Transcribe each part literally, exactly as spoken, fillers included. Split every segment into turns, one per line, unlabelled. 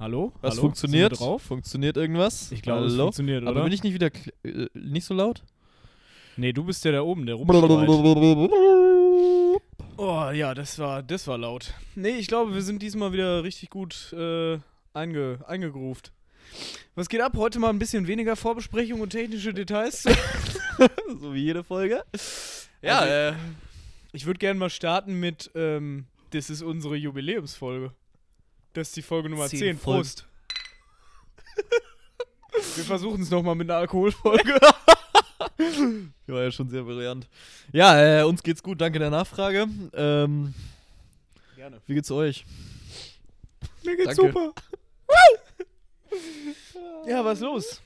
Hallo?
Was
Hallo?
funktioniert?
Sind wir drauf?
Funktioniert irgendwas?
Ich glaube, es
Hallo?
funktioniert, oder?
Aber bin ich nicht wieder kl- äh, nicht so laut?
Nee, du bist ja da oben, der rumschreit. Oh, ja, das war, das war laut. Nee, ich glaube, wir sind diesmal wieder richtig gut äh, einge, eingegroovt. Was geht ab? Heute mal ein bisschen weniger Vorbesprechung und technische Details.
So wie jede Folge. Ja,
Also,
äh,
Ich würde gerne mal starten mit, ähm, das ist unsere Jubiläumsfolge. Das ist die Folge Nummer
Zehn
zehn.
Folgen.
Prost. Wir versuchen es nochmal mit einer Alkoholfolge.
die war ja schon sehr brillant. Ja, äh, uns geht's gut, danke der Nachfrage. Ähm,
Gerne.
wie geht's euch?
Mir geht's
Danke.
super. Ja, was ist los?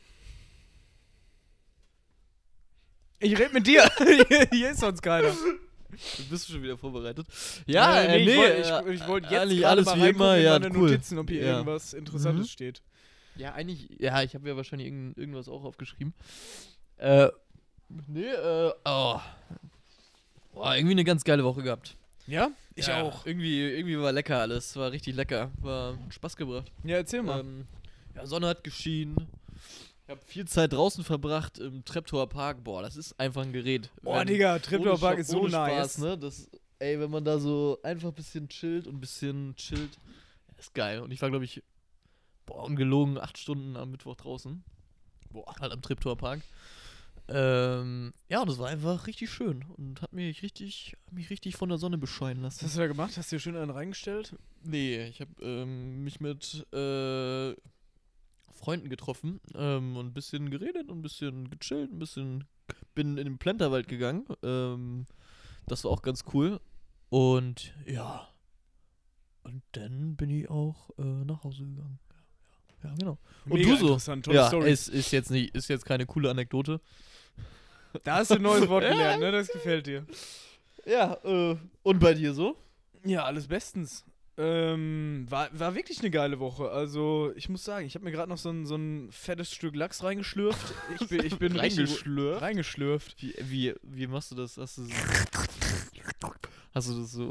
Ich red mit dir. Hier ist sonst keiner.
Bist du schon wieder vorbereitet? Ja,
Äh,
äh,
nee,
nee,
ich wollte ich,
äh,
ich wollt jetzt
eigentlich
gerade
alles
mal
wie
reingucken
immer,
in
ja,
meine
cool.
Notizen, ob hier
Ja.
irgendwas Interessantes
Mhm.
steht.
Ja, eigentlich, ja, ich habe ja wahrscheinlich irgend, irgendwas auch aufgeschrieben. Äh, nee, äh, oh. Boah, irgendwie eine ganz geile Woche gehabt.
Ja? Ich
Ja,
auch.
Irgendwie, irgendwie war lecker alles, war richtig lecker, war Spaß gebracht.
Ja, erzähl mal.
Ähm, ja, Sonne hat geschienen. Ich habe viel Zeit draußen verbracht im Treptower Park. Boah, das ist einfach ein Gerät.
Boah,
Wenn-
Digga, Treptower
ohne
Park
Scha-
ist so
ohne
nice.
Spaß, ne? Das, ey, wenn man da so einfach ein bisschen chillt und ein bisschen chillt, ist geil. Und ich war, glaube ich, boah, ungelogen, acht Stunden am Mittwoch draußen. Boah, halt am Treptower Park. Ähm, ja, und das war einfach richtig schön und hat mich richtig, hat mich richtig von der Sonne bescheinen
Was
lassen.
hast du da gemacht? Hast du dir schön einen reingestellt?
Nee, ich habe ähm, mich mit äh, Freunden getroffen ähm, und ein bisschen geredet und ein bisschen gechillt, ein bisschen bin in den Plenterwald gegangen. Ähm, das war auch ganz cool. Und ja. Und dann bin ich auch äh, nach Hause gegangen. Ja, ja, genau. Und
Mega
du so?
interessant, tolle
Ja,
Story.
es ist jetzt nicht, ist jetzt keine coole Anekdote.
Da hast du ein neues Wort
Ja.
gelernt, ne? Das gefällt dir.
Ja, äh, und bei dir so?
Ja, alles bestens. Ähm, war, war wirklich eine geile Woche. Also, ich muss sagen, ich habe mir gerade noch so ein, so ein fettes Stück Lachs reingeschlürft. Ich bin, ich bin richtig-
Reingeschlürft?
reingeschlürft.
Wie, wie, wie machst du das? Hast du so. Hast du das so.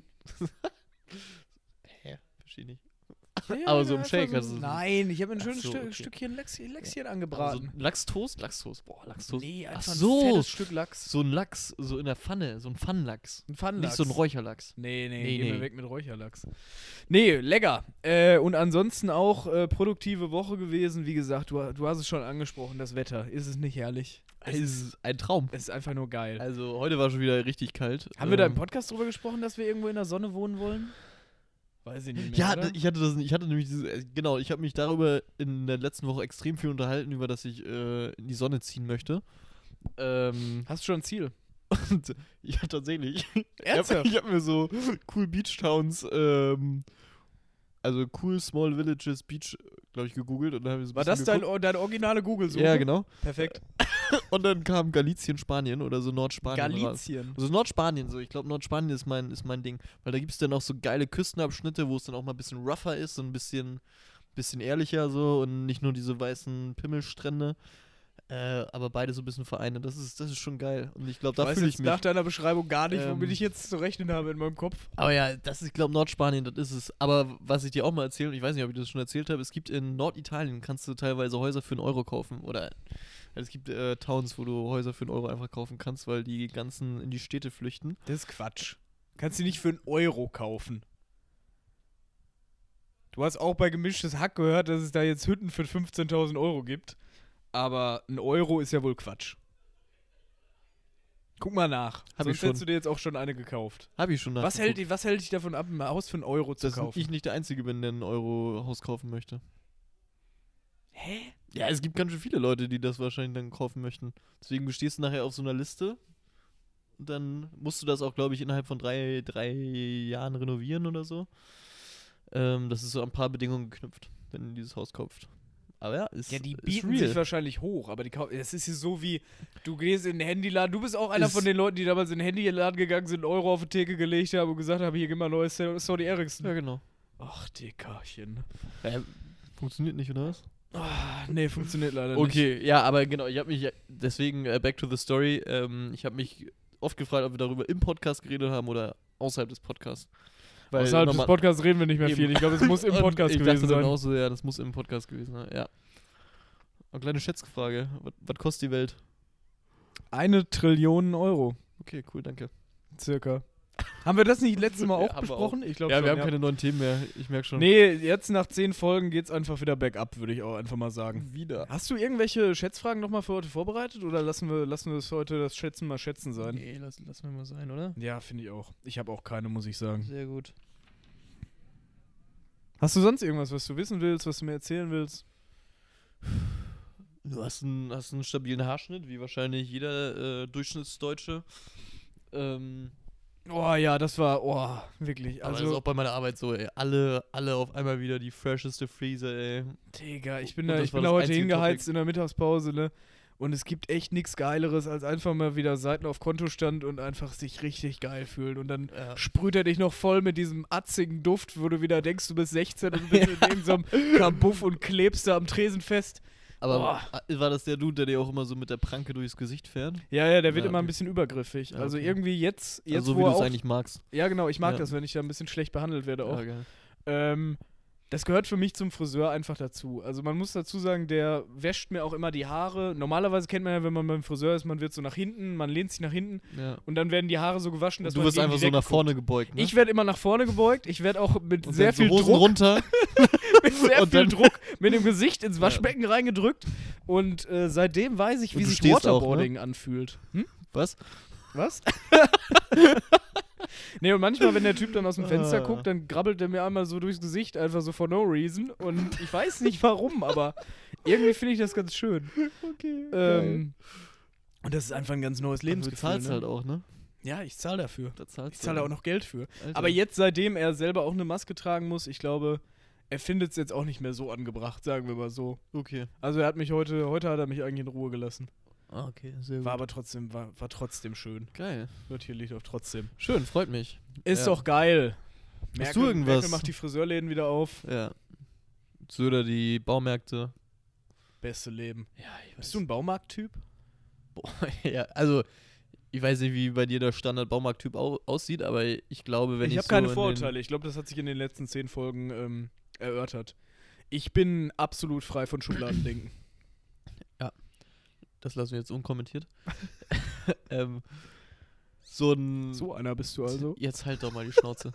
Hä? Verstehe nicht.
Ja,
Aber so im
einfach
Shake hast du so-
Nein, ich habe ein
Ach
schönes
so,
Stück,
okay.
Stückchen Lachs, Lächschen
Also
angebraten.
Lachstoast? Lachstoast. Boah, Lachstoast.
Nee,
Ach
einfach
so.
ein fettes Stück Lachs.
So ein Lachs, so in der Pfanne, so ein Pfannenlachs.
Ein Pfannenlachs.
Nicht so ein Räucherlachs.
Nee, nee,
Nee,
geh
nee.
mir weg mit Räucherlachs. Nee, lecker. Äh, und ansonsten auch äh, produktive Woche gewesen. Wie gesagt, du, du hast es schon angesprochen, das Wetter. Ist es nicht herrlich?
Es ist ein Traum.
Es ist einfach nur geil.
Also heute war schon wieder richtig kalt.
Haben wir da im
Ähm,
Podcast drüber gesprochen, dass wir irgendwo in der Sonne wohnen wollen? Weiß ich nicht mehr,
Ja,
oder?
d- ich hatte das, ich hatte nämlich diese, äh, genau, ich habe mich darüber in der letzten Woche extrem viel unterhalten, über dass ich äh, in die Sonne ziehen möchte. Ähm,
Hast du schon ein Ziel?
und ja, tatsächlich.
Ernsthaft?
Ich habe hab mir so cool Beach Towns, ähm, also cool Small Villages Beach, glaube ich, gegoogelt und dann habe ich so ein
War das
bisschen
dein,
geguckt.
o- deine originale Google-Suche?
Ja, genau.
Perfekt.
Und dann kam Galicien, Spanien oder so Nordspanien raus.
Galizien.
Also Nordspanien, so. Ich glaube, Nordspanien ist mein, ist mein Ding. Weil da gibt es dann auch so geile Küstenabschnitte, wo es dann auch mal ein bisschen rougher ist, so ein bisschen, bisschen ehrlicher so und nicht nur diese weißen Pimmelstrände. Äh, aber beide so ein bisschen vereinen. Das ist, das ist schon geil. Und ich glaube, da
weiß
fühle ich
jetzt
mich.
nach deiner Beschreibung gar nicht,
Ähm,
womit ich jetzt zu rechnen habe in meinem Kopf.
Aber ja, das ist, ich glaube, Nordspanien, das ist es. Aber was ich dir auch mal erzähle, und ich weiß nicht, ob ich das schon erzählt habe, es gibt in Norditalien, kannst du teilweise Häuser für einen Euro kaufen. Oder es gibt äh, Towns, wo du Häuser für einen Euro einfach kaufen kannst, weil die ganzen in die Städte flüchten.
Das ist Quatsch. Kannst du nicht für einen Euro kaufen. Du hast auch bei Gemischtes Hack gehört, dass es da jetzt Hütten für fünfzehntausend Euro gibt. Aber ein Euro ist ja wohl Quatsch. Guck mal nach.
Hab
Sonst
ich schon.
hättest du dir jetzt auch schon eine gekauft.
Habe ich schon
Was
nachgeguckt.
hält, dich- was hält dich davon ab, ein Haus für einen Euro zu
Dass
kaufen?
ich nicht der Einzige bin, der ein Euro-Haus kaufen möchte.
Hä?
Ja, es gibt ganz schön viele Leute, die das wahrscheinlich dann kaufen möchten. Deswegen stehst du nachher auf so einer Liste. Und dann musst du das auch, glaube ich, innerhalb von drei, drei Jahren renovieren oder so. Ähm, das ist so an ein paar Bedingungen geknüpft, wenn du dieses Haus kaufst. Aber ja, ist,
Ja, die
ist
bieten
real.
sich wahrscheinlich hoch, aber die kau- das ist hier so wie, du gehst in den Handyladen, du bist auch einer
Ist-
von den Leuten, die damals in den Handyladen gegangen sind, einen Euro auf die Theke gelegt haben und gesagt haben, hier, gib mal neues Sony Ericsson.
Ja, genau.
Ach, Dickerchen.
Äh, funktioniert nicht, oder was?
Ah, nee, funktioniert leider nicht.
Okay, ja, aber genau, ich habe mich, deswegen, äh, back to the story, ähm, ich habe mich oft gefragt, ob wir darüber im Podcast geredet haben oder außerhalb des Podcasts. Weil
Außerhalb des
normal-
Podcasts reden wir nicht mehr
Eben.
viel. Ich glaube, es muss im
Und
Podcast
ich
gewesen
dachte dann
sein.
auch so, ja, das muss im Podcast gewesen sein, ja. Eine kleine Schätzfrage. Was, was kostet die Welt?
Eine Trillion Euro,
Okay, cool, danke.
circa. Haben wir das nicht letztes Mal
Ja,
auch
haben wir
besprochen? Ich glaube
Ja,
schon,
wir haben keine neuen Themen mehr. Ich merke schon.
Nee, jetzt nach zehn Folgen geht's einfach wieder bergab, würde ich auch einfach mal sagen.
Wieder.
Hast du irgendwelche Schätzfragen nochmal für heute vorbereitet oder lassen wir, lassen wir es heute das Schätzen mal Schätzen sein?
Nee, lass, lass mir mal sein, oder?
Ja, finde ich auch. Ich habe auch keine, muss ich sagen.
Sehr gut.
Hast du sonst irgendwas, was du wissen willst, was du mir erzählen willst?
Du hast einen, hast einen stabilen Haarschnitt, wie wahrscheinlich jeder äh, Durchschnittsdeutsche. Ähm,
Oh ja, das war, oh, wirklich.
aber das ist
Also,
auch bei meiner Arbeit so, ey. Alle, alle auf einmal wieder die fresheste Frise, ey.
Digga, ich bin
Und
da,
das
ich
war
bin da
das
heute
einzige
hingeheizt
Topic.
in der Mittagspause, ne? Und es gibt echt nichts Geileres, als einfach mal wieder Seiten auf Kontostand und einfach sich richtig geil fühlen. Und dann
Ja.
sprüht er dich noch voll mit diesem atzigen Duft, wo du wieder denkst, du bist sechzehn und bist in irgendeinem Kabuff und klebst da am Tresen fest.
Aber
Boah.
war das der Dude, der dir auch immer so mit der Pranke durchs Gesicht fährt?
Ja, ja, der wird
Ja,
immer ein
okay.
bisschen übergriffig.
Ja,
Also
okay.
irgendwie jetzt, jetzt
also,
wo
wie
er
du es
auch,
eigentlich magst.
ja genau, ich mag
Ja.
das, wenn ich da ein bisschen schlecht behandelt werde auch.
Ja, geil.
Ähm, das gehört für mich zum Friseur einfach dazu. Also man muss dazu sagen, der wäscht mir auch immer die Haare. Normalerweise kennt man ja, wenn man beim Friseur ist, man wird so nach hinten, man lehnt sich nach hinten
Ja.
und dann werden die Haare so gewaschen, dass
Du
man
wirst
gegen
einfach
die
so
Decke
nach
guckt.
vorne gebeugt, ne?
Ich werde immer nach vorne gebeugt. Ich werde auch mit
Und
sehr
dann so
viel
Hosen
Druck,
runter.
mit sehr
und
viel
dann-
Druck mit dem Gesicht ins
Ja.
Waschbecken reingedrückt. Und äh, seitdem weiß ich,
Und
wie
du
sich
stehst auch, ne?
Waterboarding anfühlt. Hm?
Was?
Was? Nee, und manchmal, wenn der Typ dann aus dem Fenster
Ah.
guckt, dann grabbelt der mir einmal so durchs Gesicht, einfach so for no reason. Und ich weiß nicht warum, aber irgendwie finde ich das ganz schön.
Okay.
Ähm, und das ist einfach ein ganz neues
Du
Lebensgefühl.
zahlst
Ne?
halt auch, ne?
Ja, ich zahle dafür.
Da zahlst
Ich
du
zahle
ja.
auch noch Geld für.
Alter.
Aber jetzt, seitdem er selber auch eine Maske tragen muss, ich glaube, er findet es jetzt auch nicht mehr so angebracht, sagen wir mal so.
Okay.
Also er hat mich heute, heute hat er mich eigentlich in Ruhe gelassen.
Ah, okay, sehr
War aber trotzdem, war, war trotzdem schön.
Geil.
Wird hier Licht auf trotzdem.
Schön, freut mich.
Ist
Ja.
doch geil.
Hast du irgendwas?
Merkel macht die Friseurläden wieder auf.
Ja. Söder, die Baumärkte.
Beste Leben.
Ja, ich
Bist du ein Baumarkttyp?
Boah, ja, also, ich weiß nicht, wie bei dir der Standard-Baumarkt-Typ au aussieht, aber ich glaube, wenn ich
ich habe
so
keine
in
Vorurteile. Ich glaube, das hat sich in den letzten zehn Folgen ähm, erörtert. Ich bin absolut frei von Schubladendenken.
Den, das lassen wir jetzt unkommentiert. ähm, so ein...
So einer bist du also.
Jetzt halt doch mal die Schnauze.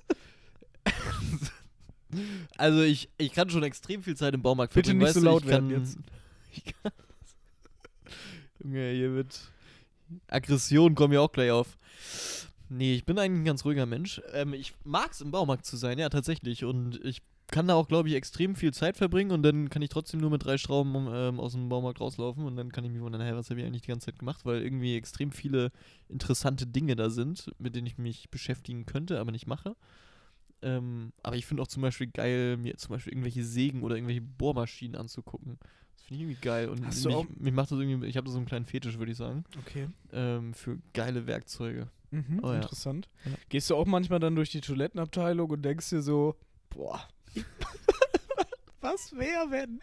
Also ich, ich kann schon extrem viel Zeit im Baumarkt
Bitte
verbringen.
nicht
weißt
so
du,
laut
ich kann,
werden jetzt.
Ich kann, Junge, hier wird Aggression kommen ja auch gleich auf. Nee, ich bin eigentlich ein ganz ruhiger Mensch. Ähm, ich mag es im Baumarkt zu sein, ja, tatsächlich. Und ich kann da auch, glaube ich, extrem viel Zeit verbringen und dann kann ich trotzdem nur mit drei Schrauben ähm, aus dem Baumarkt rauslaufen und dann kann ich mich wundern, hey, was habe ich eigentlich die ganze Zeit gemacht, weil irgendwie extrem viele interessante Dinge da sind, mit denen ich mich beschäftigen könnte, aber nicht mache. Ähm, aber ich finde auch zum Beispiel geil, mir zum Beispiel irgendwelche Sägen oder irgendwelche Bohrmaschinen anzugucken. Das finde ich irgendwie geil und
Hast du
mich,
auch-
mich macht das irgendwie, ich habe da so einen kleinen Fetisch, würde ich sagen,
Okay.
ähm, für geile Werkzeuge.
Mhm,
Oh ja.
interessant.
Ja.
Gehst du auch manchmal dann durch die Toilettenabteilung und denkst dir so, boah, was wäre, wenn?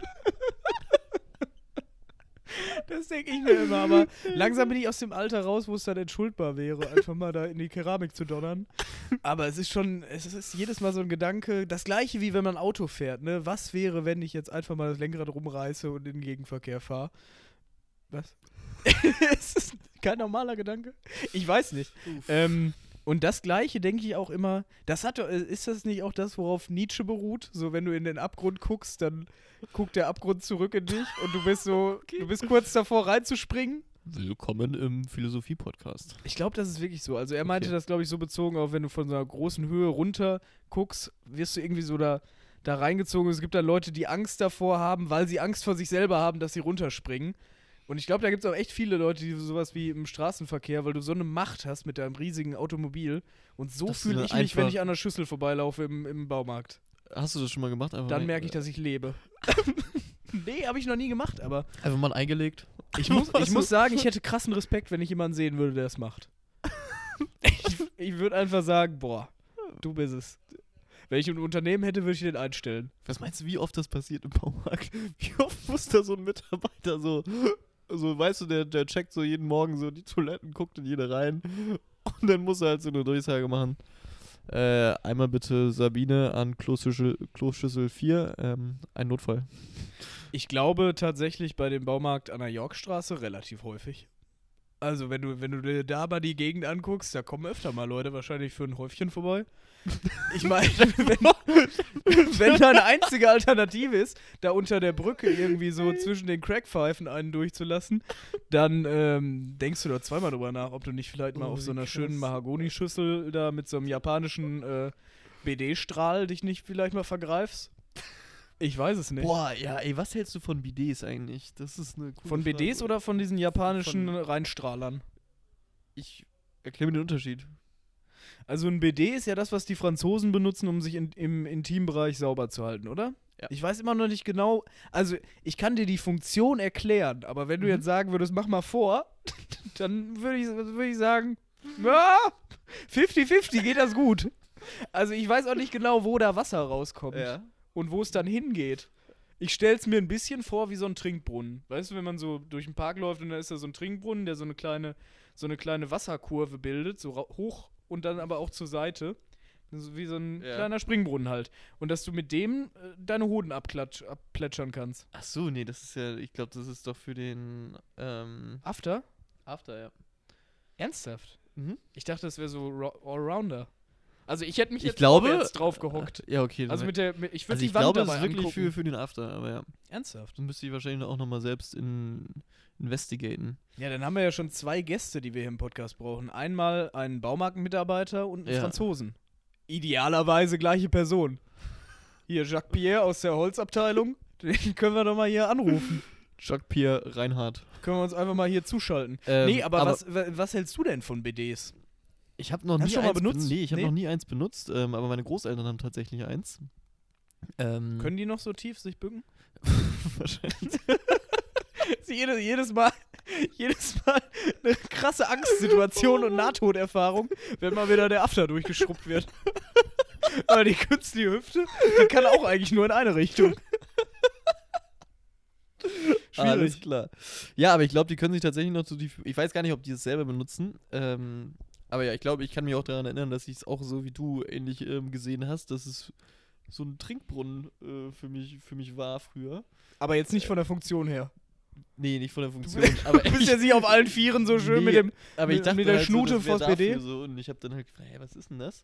Das denke ich mir immer, aber langsam bin ich aus dem Alter raus, wo es dann entschuldbar wäre, einfach mal da in die Keramik zu donnern. Aber es ist schon, es ist jedes Mal so ein Gedanke, das gleiche wie wenn man Auto fährt, ne? Was wäre, wenn ich jetzt einfach mal das Lenkrad rumreiße und in den Gegenverkehr fahre? Was? Es ist kein normaler Gedanke. Ich weiß nicht. Ähm, und das Gleiche denke ich auch immer, das hat, äh, ist das nicht auch das, worauf Nietzsche beruht? So, wenn du in den Abgrund guckst, dann guckt der Abgrund zurück in dich und du bist so, du bist kurz davor reinzuspringen.
Willkommen im Philosophie-Podcast.
Ich glaube, das ist wirklich so. Also er meinte
Okay.
das, glaube ich, so bezogen, auch wenn du von so einer großen Höhe runter guckst, wirst du irgendwie so da, da reingezogen. Es gibt dann Leute, die Angst davor haben, weil sie Angst vor sich selber haben, dass sie runterspringen. Und ich glaube, da gibt es auch echt viele Leute, die sowas wie im Straßenverkehr, weil du so eine Macht hast mit deinem riesigen Automobil. Und so
Dass du
fühle ich mich,
einfach-
wenn ich an der Schüssel vorbeilaufe im, im Baumarkt.
Hast du das schon mal gemacht? Einfach
Dann
mal-
merke ich, dass ich lebe. Nee, habe ich noch nie gemacht, aber
Einfach mal eingelegt.
ich muss,
Was
ich muss sagen, ich hätte krassen Respekt, wenn ich jemanden sehen würde, der das macht. ich ich würde einfach sagen, boah, du bist es. Wenn ich ein Unternehmen hätte, würde ich den einstellen.
Was meinst du, wie oft das passiert im Baumarkt? Wie oft muss da so ein Mitarbeiter so, so weißt du, der, der checkt so jeden Morgen so die Toiletten, guckt in jede rein und dann muss er halt so eine Durchsage machen. Äh, einmal bitte Sabine an Kloschüssel, Kloschüssel vier, ähm, ein Notfall.
Ich glaube tatsächlich bei dem Baumarkt an der Yorkstraße relativ häufig. Also wenn du, wenn du dir da mal die Gegend anguckst, da kommen öfter mal Leute wahrscheinlich für ein Häufchen vorbei. Ich meine, wenn, wenn da eine einzige Alternative ist, da unter der Brücke irgendwie so zwischen den Crackpfeifen einen durchzulassen, dann ähm, denkst du da zweimal drüber nach, ob du nicht vielleicht mal
Oh,
auf so
wie
einer
krass.
schönen Mahagonischüssel da mit so einem japanischen äh, B D-Strahl dich nicht vielleicht mal vergreifst. Ich weiß es nicht.
Boah, ja, ey, was hältst du von B Ds eigentlich? Das ist eine coole
Von B Ds
Frage.
oder von diesen japanischen
Von-
Reinstrahlern?
Ich erkläre mir den Unterschied.
Also ein B D ist ja das, was die Franzosen benutzen, um sich in, im Intimbereich sauber zu halten, oder?
Ja.
Ich weiß immer noch nicht genau, also ich kann dir die Funktion erklären, aber wenn du
Mhm.
jetzt sagen würdest, mach mal vor, dann würde ich, würd ich sagen, ja, fifty fifty geht das gut. Also ich weiß auch nicht genau, wo da Wasser rauskommt und wo es dann hingeht. Ich stell's mir ein bisschen vor wie so ein Trinkbrunnen. Weißt du, wenn man so durch den Park läuft und da ist da so ein Trinkbrunnen, der so eine kleine, so eine kleine Wasserkurve bildet, so ra- hoch und dann aber auch zur Seite. So wie so ein
Ja.
kleiner Springbrunnen halt. Und dass du mit dem äh, deine Hoden abklatsch, abplätschern kannst.
Ach so, nee, das ist ja, ich glaube, das ist doch für den, ähm,
After?
After, ja.
Ernsthaft?
Mhm.
Ich dachte, das wäre so Ro- Allrounder. Also ich hätte mich
Ich
jetzt
glaube-
vorwärts drauf gehockt.
Ja, okay.
Also
dann-
mit der, mit, ich würde
also
die
ich
Wand
glaube, das
dabei
ist wirklich
angucken.
für, für den After, aber ja.
Ernsthaft?
Dann müsste ich wahrscheinlich auch nochmal selbst in, investigaten.
Ja, dann haben wir ja schon zwei Gäste, die wir hier im Podcast brauchen. Einmal einen Baumarktmitarbeiter und einen
Ja.
Franzosen. Idealerweise gleiche Person. Hier, Jacques Pierre aus der Holzabteilung. Den können wir doch mal hier anrufen.
Jacques-Pierre Reinhardt.
Können wir uns einfach mal hier zuschalten.
Ähm,
nee, aber,
aber-
was, wa- was hältst du denn von B Ds?
Ich habe noch
Hast
nie
du schon mal
eins ben-
benutzt?
Nee, ich habe
Nee?
noch nie eins benutzt, ähm, aber meine Großeltern haben tatsächlich eins. Ähm,
Können die noch so tief sich bücken?
wahrscheinlich.
jedes, jedes Mal jedes Mal eine krasse Angstsituation und Nahtoderfahrung, wenn mal wieder der After durchgeschrubbt wird. Aber die künstliche Hüfte, die kann auch eigentlich nur in eine Richtung.
Alles
Schwierig.
klar. Ja, aber ich glaube, die können sich tatsächlich noch so die. Ich weiß gar nicht, ob die es selber benutzen. Ähm, aber ja, ich glaube, ich kann mich auch daran erinnern, dass ich es auch so wie du ähnlich ähm, gesehen hast, dass es so ein Trinkbrunnen äh, für mich für mich war früher.
Aber jetzt nicht von der Funktion her.
Nee, nicht von der Funktion. aber
Du bist
ich,
ja nicht auf allen Vieren so schön
Nee,
mit dem.
aber ich
mit-
dachte
mit der
halt
Schnute
so, das wär
vors B D?
dafür so, und ich habe dann halt gefragt, hey, was ist denn das?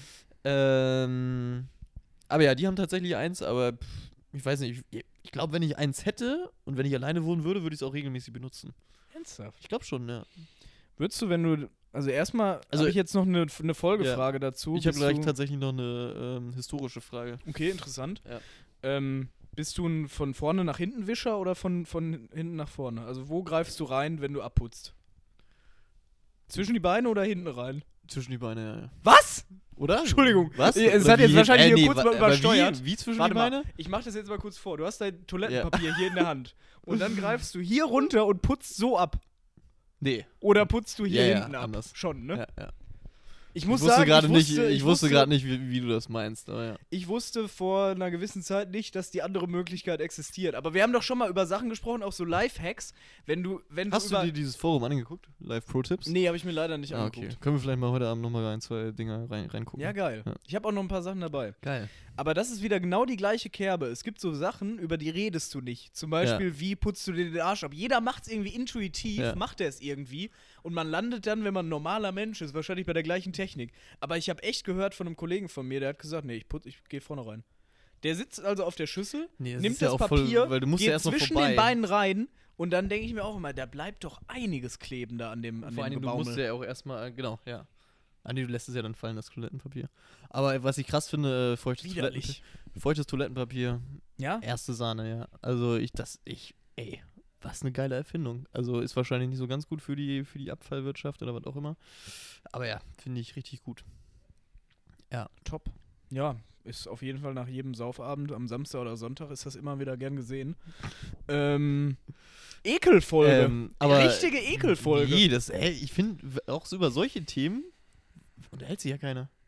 Ähm, aber ja, die haben tatsächlich eins, aber pff, ich weiß nicht, ich, ich glaube, wenn ich eins hätte und wenn ich alleine wohnen würde, würde ich es auch regelmäßig benutzen.
Ernsthaft?
Ich glaube schon, ja.
Würdest du, wenn du. Also erstmal
Also-
habe ich jetzt noch eine, eine Folgefrage dazu.
Ich habe
Bist
gleich
du-
tatsächlich noch eine ähm, historische Frage.
Okay, interessant.
Ja.
Ähm, bist du ein von vorne nach hinten Wischer oder von, von hinten nach vorne? Also wo greifst du rein, wenn du abputzt? Zwischen die Beine oder hinten rein?
Zwischen die Beine, ja, ja.
Was?
Oder?
Entschuldigung.
Was?
Äh, es
Oder
hat jetzt
wie-
wahrscheinlich
äh,
hier
nee,
kurz
wa-
mal
aber
übersteuert.
Wie, wie zwischen
Warte
die
mal,
Beine?
ich mach das jetzt mal kurz vor. Du hast dein Toilettenpapier hier in der Hand. Und dann greifst du hier runter und putzt so ab.
Nee.
Oder putzt du hier
Ja, ja,
hinten ab?
anders.
Schon, ne?
Ja, ja.
Ich
Ich
muss
wusste
sagen,
gerade
ich
nicht,
wusste,
ich wusste gerade nicht, wie, wie du das meinst, aber ja.
Ich wusste vor einer gewissen Zeit nicht, dass die andere Möglichkeit existiert. Aber wir haben doch schon mal über Sachen gesprochen, auch so Lifehacks. Wenn du, wenn
Hast
du über
du dir dieses Forum angeguckt? Live Pro Tipps?
Nee, habe ich mir leider nicht
Ah, okay.
angeguckt.
Können wir vielleicht mal heute Abend nochmal ein, zwei Dinger rein, reingucken?
Ja, geil.
Ja.
Ich habe auch noch ein paar Sachen dabei.
Geil.
Aber das ist wieder genau die gleiche Kerbe. Es gibt so Sachen, über die redest du nicht. Zum Beispiel, wie putzt du dir den Arsch ab? Jeder macht es irgendwie intuitiv,
Ja.
macht er es irgendwie. Und man landet dann, wenn man ein normaler Mensch ist, wahrscheinlich bei der gleichen Technik. Aber ich habe echt gehört von einem Kollegen von mir, der hat gesagt, nee, ich, putz, ich gehe vorne rein. Der sitzt also auf der Schüssel,
Nee, das
nimmt
ist ja
das
auch voll-
Papier,
weil du musst ja
geht
erst noch
zwischen
vorbei.
den Beinen rein und dann denke ich mir auch immer, da bleibt doch einiges kleben da an dem, an
Vor allem,
dem
du musst
Gebaumel.
ja auch erstmal, genau, ja. Ah, nee, du lässt es ja dann fallen, das Toilettenpapier. Aber was ich krass finde, äh, feuchtes, Toiletten,
Widerlich.
feuchtes Toilettenpapier,
Ja?
erste Sahne, ja. Also ich, das, ich, ey, was eine geile Erfindung. Also ist wahrscheinlich nicht so ganz gut für die, für die Abfallwirtschaft oder was auch immer. Aber ja, finde ich richtig gut.
Top. Ja, ist auf jeden Fall nach jedem Saufabend am Samstag oder Sonntag ist das immer wieder gern gesehen. Ähm, Ekelfolge.
Ähm, aber
Richtige Ekelfolge.
Nee, das, ey, ich finde, auch so über solche Themen unterhält sich ja keiner.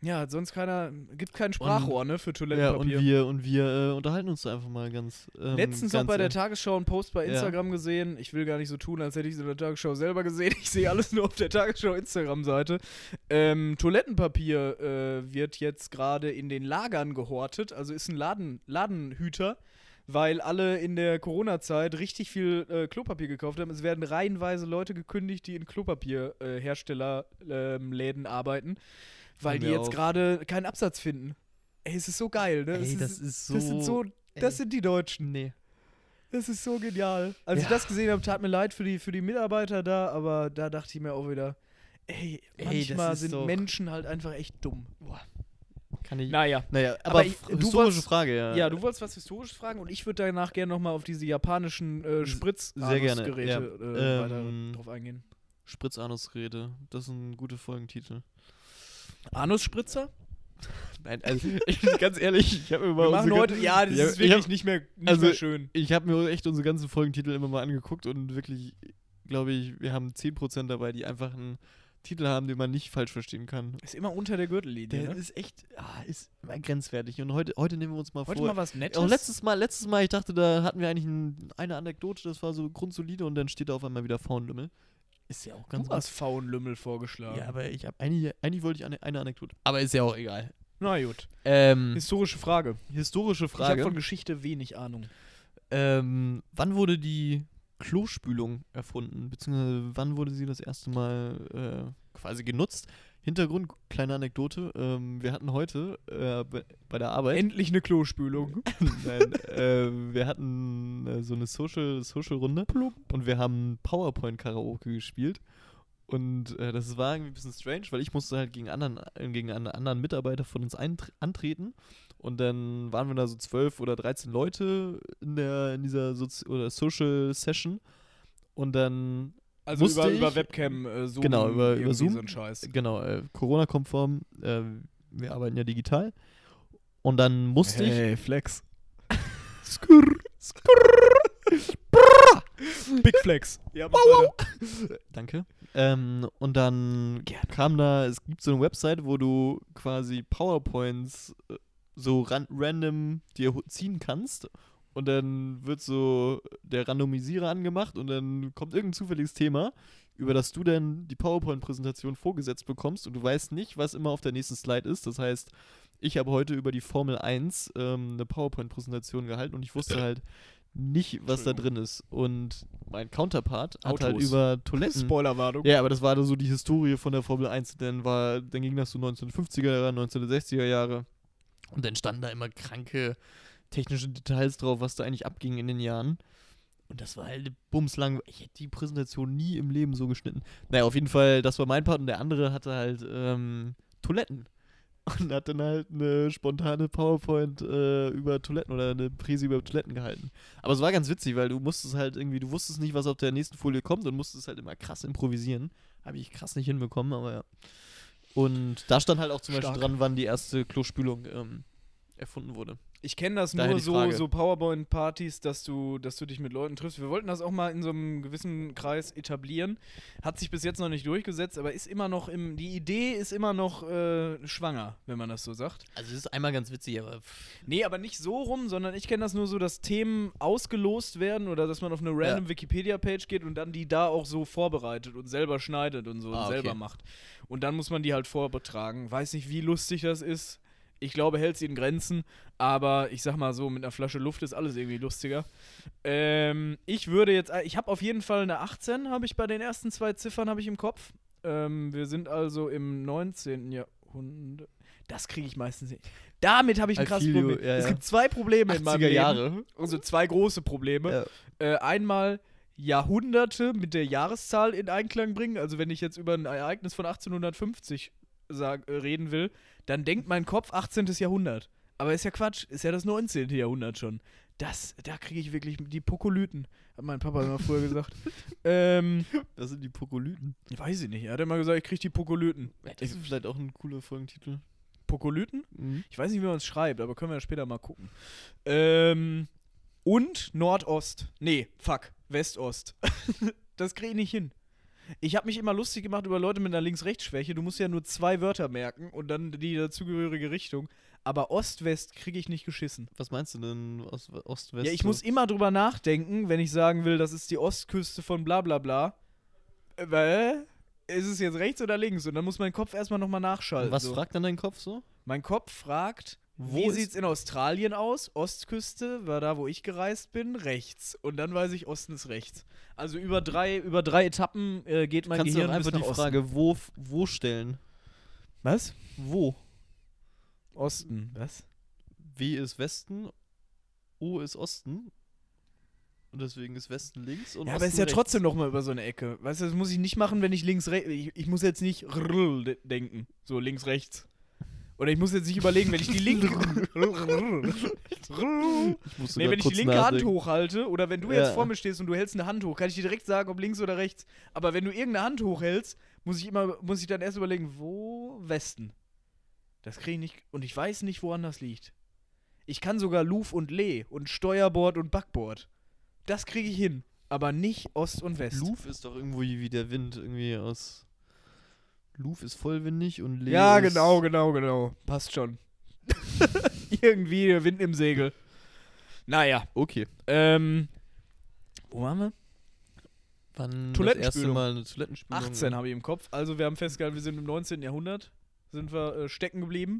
Ja, hat sonst keiner, gibt kein Sprachrohr,
Und-
ne, für
Ja,
Toilettenpapier.
und wir, und wir äh, unterhalten uns da einfach mal ganz. Ähm,
Letztens
ganz
noch bei der
äh,
Tagesschau einen Post bei
Ja.
Instagram gesehen. Ich will gar nicht so tun, als hätte ich es in der Tagesschau selber gesehen. Ich sehe alles nur auf der Tagesschau-Instagram-Seite. Ähm, Toilettenpapier äh, wird jetzt gerade in den Lagern gehortet. Also ist ein Laden, Ladenhüter, weil alle in der Corona-Zeit richtig viel äh, Klopapier gekauft haben. Es werden reihenweise Leute gekündigt, die in Klopapierherstellerläden arbeiten, weil
Hör
die
mir
jetzt
auf.
gerade keinen Absatz finden. Ey, es ist so geil, ne?
Ey,
Es
das ist so.
das sind so, das
ey,
sind die Deutschen.
Nee.
Das ist so genial. Als ich
Ja.
das gesehen habe, tat mir leid für die, für die Mitarbeiter da, aber da dachte ich mir auch wieder, ey,
Ey,
manchmal
das ist
sind
doch-
Menschen halt einfach echt dumm.
Kann ich.
Naja.
Naja,
Aber
aber,
ich-
f-
du
historische
wolltest-
Frage, ja.
Ja, du wolltest was Historisches fragen und ich würde danach gerne nochmal auf diese japanischen äh, spritz
Sehr gerne,
Geräte
ja.
äh, weiter
Ähm,
drauf eingehen.
Spritzanusrede. Das sind gute Folgentitel.
Anusspritzer?
Nein, also ich, ganz ehrlich, ich habe mir mal
Wir machen
unsere
heute, ja, das
Ja,
ist
ich
wirklich
hab-
nicht mehr, nicht
also-
mehr schön.
Ich habe mir echt unsere ganzen Folgentitel immer mal angeguckt und wirklich, glaube ich, wir haben zehn Prozent dabei, die einfach einen Titel haben, den man nicht falsch verstehen kann.
Ist immer unter der Gürtellinie,
Der
ne?
ist echt, ah, ist immer grenzwertig. Und heute, heute nehmen wir uns mal
Heute
vor.
mal was Nettes.
Auch letztes Mal, letztes Mal, ich dachte, da hatten wir eigentlich ein, eine Anekdote, das war so grundsolide und dann steht da auf einmal wieder Faunlümmel. Ist ja auch ganz
du hast Faunlümmel vorgeschlagen.
Ja, aber ich habe eigentlich, eigentlich wollte ich eine, eine Anekdote. Aber ist ja auch egal.
Na gut.
Ähm,
Historische Frage.
historische
Ich habe
Frage.
von Geschichte wenig Ahnung.
Ähm, wann wurde die Klospülung erfunden? Beziehungsweise wann wurde sie das erste Mal äh, quasi genutzt? Hintergrund, kleine Anekdote. Ähm, wir hatten heute äh, bei, bei der Arbeit.
Endlich eine Klospülung.
Nein, äh, wir hatten äh, so eine Social, Social-Runde und wir haben PowerPoint-Karaoke gespielt. Und äh, das war irgendwie ein bisschen strange, weil ich musste halt gegen, anderen, äh, gegen einen anderen Mitarbeiter von uns eintr- antreten. Und dann waren wir da so zwölf oder dreizehn Leute in, der, in dieser Sozi- oder Social-Session. Und dann,
Also
Musste
über,
ich-
über Webcam, äh, Zoom.
Genau, über- über
irgendwie
Zoom.
So ein Scheiß.
genau, äh, Corona-konform, äh, wir arbeiten ja digital. Und dann musste ich
Hey, Flex.
Skrrr,
Big Flex. Ja, mach weiter.
Danke. Ähm, und dann kam da, es gibt so eine Website, wo du quasi PowerPoints äh, so ran random dir ho- ziehen kannst. Und dann wird so der Randomisierer angemacht und dann kommt irgendein zufälliges Thema, über das du dann die PowerPoint-Präsentation vorgesetzt bekommst und du weißt nicht, was immer auf der nächsten Slide ist. Das heißt, ich habe heute über die Formel eins ähm, eine PowerPoint-Präsentation gehalten und ich wusste halt nicht, was da drin ist. Und mein Counterpart hat halt
Autos.
über Toiletten...
Spoilerwarnung.
Ja, aber das war da so die Historie von der Formel eins. Dann, war, dann ging das so neunzehnhundertfünfziger Jahre, neunzehnhundertsechziger Jahre. Und dann standen da immer kranke technische Details drauf, was da eigentlich abging in den Jahren. Und das war halt bumslang. Ich hätte die Präsentation nie im Leben so geschnitten. Naja, auf jeden Fall, das war mein Part. Und der andere hatte halt ähm, Toiletten. Und hat dann halt eine spontane PowerPoint äh, über Toiletten oder eine Präsi über Toiletten gehalten. Aber es war ganz witzig, weil du musstest halt irgendwie, du wusstest nicht, was auf der nächsten Folie kommt und musstest halt immer krass improvisieren. Habe ich krass nicht hinbekommen, aber ja. Und da stand halt auch zum
Stark.
Beispiel dran, wann die erste Klospülung ähm, erfunden wurde.
Ich kenne das
Daher
nur
die
so,
Frage.
so PowerPoint-Partys, dass du, dass du dich mit Leuten triffst. Wir wollten das auch mal in so einem gewissen Kreis etablieren. Hat sich bis jetzt noch nicht durchgesetzt, aber ist immer noch im. Die Idee ist immer noch äh, schwanger, wenn man das so sagt.
Also es ist einmal ganz witzig, aber
Nee, aber nicht so rum, sondern ich kenne das nur so, dass Themen ausgelost werden oder dass man auf eine random Wikipedia-Page geht und dann die da auch so vorbereitet und selber schneidet und so
Ah,
und selber
okay.
macht. Und dann muss man die halt vorbetragen. Weiß nicht, wie lustig das ist. Ich glaube, hält sie in Grenzen, aber ich sag mal so, mit einer Flasche Luft ist alles irgendwie lustiger. Ähm, ich würde jetzt, ich habe auf jeden Fall eine achtzehn, habe ich bei den ersten zwei Ziffern, habe ich im Kopf. Ähm, wir sind also im neunzehnten. Jahrhundert. Das kriege ich meistens nicht. Damit habe ich ein
I
krasses
feel you,
Problem.
ja,
Es
ja.
gibt zwei Probleme in meinem
achtziger
Leben.
Jahre.
Also zwei große Probleme.
Ja.
Äh, einmal Jahrhunderte mit der Jahreszahl in Einklang bringen. Also wenn ich jetzt über ein Ereignis von achtzehnhundertfünfzig sag, äh, reden will, dann denkt mein Kopf achtzehntes. Jahrhundert. Aber ist ja Quatsch, ist ja das neunzehnte. Jahrhundert schon. Das, da kriege ich wirklich die Pokolyten, hat mein Papa immer früher gesagt. ähm,
Das sind die Pokolyten.
weiß ich nicht, er hat immer gesagt, ich kriege die Pokolyten.
Das ist vielleicht auch ein cooler Folgentitel.
Pokolyten?
Mhm.
Ich weiß nicht, wie man es schreibt, aber können wir ja später mal gucken. Ähm, und Nordost. Nee, fuck, Westost. Das kriege ich nicht hin. Ich habe mich immer lustig gemacht über Leute mit einer Links-Rechts-Schwäche. Du musst ja nur zwei Wörter merken und dann die dazugehörige Richtung. Aber Ost-West kriege ich nicht geschissen.
Was meinst du denn Ost, Ost-West?
Ja, ich
so?
muss immer drüber nachdenken, wenn ich sagen will, das ist die Ostküste von bla bla bla. Äh, weil, ist es jetzt rechts oder links? Und dann muss mein Kopf erstmal nochmal nachschalten.
Und was
so.
fragt dann dein Kopf so?
Mein Kopf fragt,
Wo
wie
ist-
sieht's in Australien aus? Ostküste war da, wo ich gereist bin, rechts. Und dann weiß ich, Osten ist rechts. Also über drei, über drei Etappen äh, geht mein
Kannst du
Gehirn
doch einfach
bis
die
nach Osten.
Frage, wo, wo stellen?
Was?
Wo?
Osten, was?
W ist Westen, O ist Osten. Und deswegen ist Westen links und
Ja,
Osten
aber ist ja
rechts.
trotzdem noch mal über so eine Ecke. Weißt du, das muss ich nicht machen, wenn ich links, rechts. Ich, ich muss jetzt nicht rrrl de- denken. So links, rechts. Oder ich muss jetzt nicht überlegen, wenn ich die linke.
Ich musste
Nee,
grad
wenn ich die
kurz
linke Hand
nachdenken.
hochhalte oder wenn du
Ja.
jetzt vor mir stehst und du hältst eine Hand hoch, kann ich dir direkt sagen, ob links oder rechts. Aber wenn du irgendeine Hand hochhältst, muss ich immer, muss ich dann erst überlegen, wo Westen. Das kriege ich nicht. Und ich weiß nicht, woran das liegt. Ich kann sogar Luf und Lee und Steuerbord und Backbord. Das kriege ich hin. Aber nicht Ost und West.
Luf ist doch irgendwo wie der Wind irgendwie aus. Luf ist vollwindig und Lee
Ja,
ist
genau, genau, genau. Passt schon. Irgendwie der Wind im Segel. Naja.
Okay.
Ähm. Wo waren wir?
Wann das
Toilettenspülung.
erste Mal eine Toilettenspülung?
achtzehn habe ich im Kopf. Also wir haben festgehalten, wir sind im neunzehnten Jahrhundert. Sind wir äh, stecken geblieben.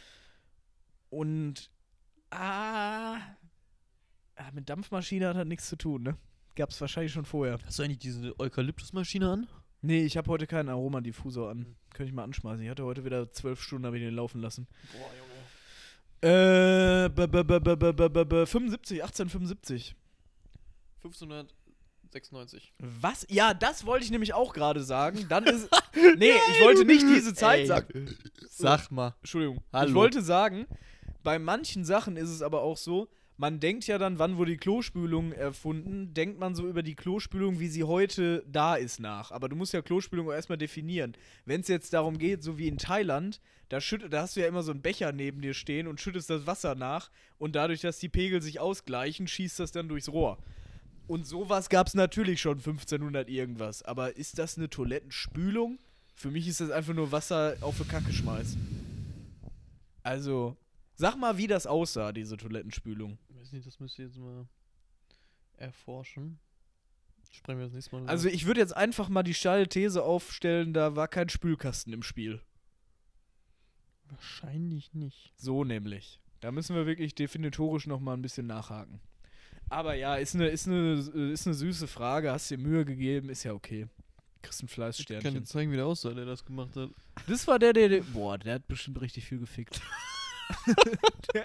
Und ah, ah, mit Dampfmaschine hat das nichts zu tun, ne? Gab's wahrscheinlich schon vorher.
Hast du eigentlich diese Eukalyptusmaschine an?
Nee, ich habe heute keinen Aromadiffusor an. Könnte ich mal anschmeißen. Ich hatte heute wieder zwölf Stunden, habe ich den laufen lassen.
Boah, Junge.
Äh, b -b -b -b -b -b -b -b fünfundsiebzig, achtzehnhundertfünfundsiebzig.
fünfzehnhundertsechsundneunzig.
Was? Ja, das wollte ich nämlich auch gerade sagen. Dann ist. Nee, ich wollte nicht diese Zeit
Ey,
sagen.
Sag mal.
Entschuldigung.
Hallo.
Ich wollte sagen, bei manchen Sachen ist es aber auch so, man denkt ja dann, wann wurde die Klospülung erfunden, denkt man so über die Klospülung, wie sie heute da ist, nach. Aber du musst ja Klospülung auch erstmal definieren. Wenn es jetzt darum geht, so wie in Thailand, da, schütt, da hast du ja immer so einen Becher neben dir stehen und schüttest das Wasser nach und dadurch, dass die Pegel sich ausgleichen, schießt das dann durchs Rohr. Und sowas gab es natürlich schon fünfzehnhundert irgendwas. Aber ist das eine Toilettenspülung? Für mich ist das einfach nur Wasser auf eine Kacke schmeißen. Also, sag mal, wie das aussah, diese Toilettenspülung.
Ich weiß nicht, das müsst ihr jetzt mal erforschen. Sprechen wir das nächste Mal drüber.
Also, ich würde jetzt einfach mal die steile These aufstellen, da war kein Spülkasten im Spiel.
Wahrscheinlich nicht.
So nämlich. Da müssen wir wirklich definitorisch noch mal ein bisschen nachhaken. Aber ja, ist eine, ist eine, ist eine süße Frage. Hast dir Mühe gegeben, ist ja okay. Kriegst ein
Ich kann dir
Fleißsternchen.
zeigen, wie der aussah, der das gemacht hat.
Das war der, der, der. Boah, der hat bestimmt richtig viel gefickt. der,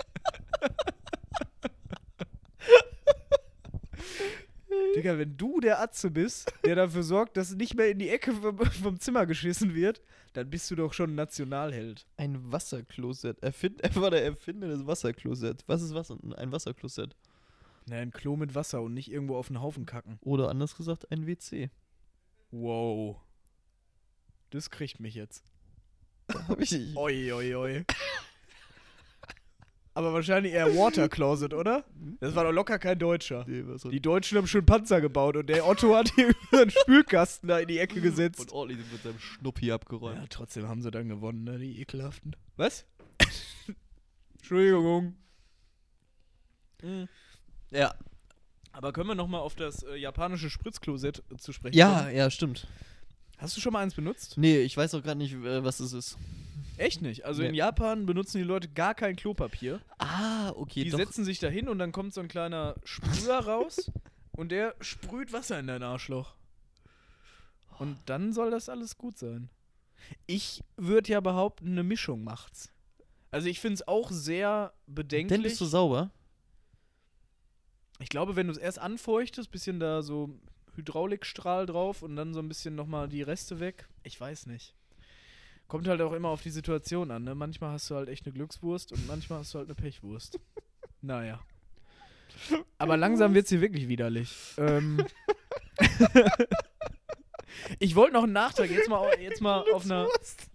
Digga, wenn du der Atze bist, der dafür sorgt, dass nicht mehr in die Ecke vom, vom Zimmer geschissen wird, dann bist du doch schon ein Nationalheld.
Ein Wasserklosett. Erfind er war der Erfinder des Wasserklosett. Was ist Wasser? Ein Wasserklosett.
Na, ein Klo mit Wasser und nicht irgendwo auf den Haufen kacken.
Oder anders gesagt, ein W C.
Wow. Das kriegt mich jetzt.
Da hab ich.
Oi, oi, oi. Aber wahrscheinlich eher Water Closet, oder? Das war doch locker kein Deutscher.
Nee, was
Die Deutschen haben schön Panzer gebaut und der Otto hat hier einen Spülkasten da in die Ecke gesetzt.
Und ordentlich mit seinem Schnuppi abgeräumt.
Ja, trotzdem haben sie dann gewonnen, ne, die ekelhaften. Was? Entschuldigung. Mhm.
Ja.
Aber können wir nochmal auf das äh, japanische Spritzklosett äh, zu sprechen
Ja,
kommen?
ja, stimmt.
Hast du schon mal eins benutzt?
Nee, ich weiß auch gerade nicht, äh, was es ist.
Echt nicht. Also
Nee.
in Japan benutzen die Leute gar kein Klopapier.
Ah, okay,
Die
doch.
setzen sich da hin und dann kommt so ein kleiner Sprüher raus und der sprüht Wasser in dein Arschloch. Und dann soll das alles gut sein. Ich würde ja behaupten, eine Mischung macht's. Also ich finde es auch sehr bedenklich.
Dann bist du sauber.
Ich glaube, wenn du es erst anfeuchtest, bisschen da so Hydraulikstrahl drauf und dann so ein bisschen nochmal die Reste weg. Ich weiß nicht. Kommt halt auch immer auf die Situation an, ne? Manchmal hast du halt echt eine Glückswurst und manchmal hast du halt eine Pechwurst. Naja. Aber langsam wird sie wirklich widerlich. Ähm ich wollte noch einen Nachtrag, jetzt mal, au- jetzt mal auf einer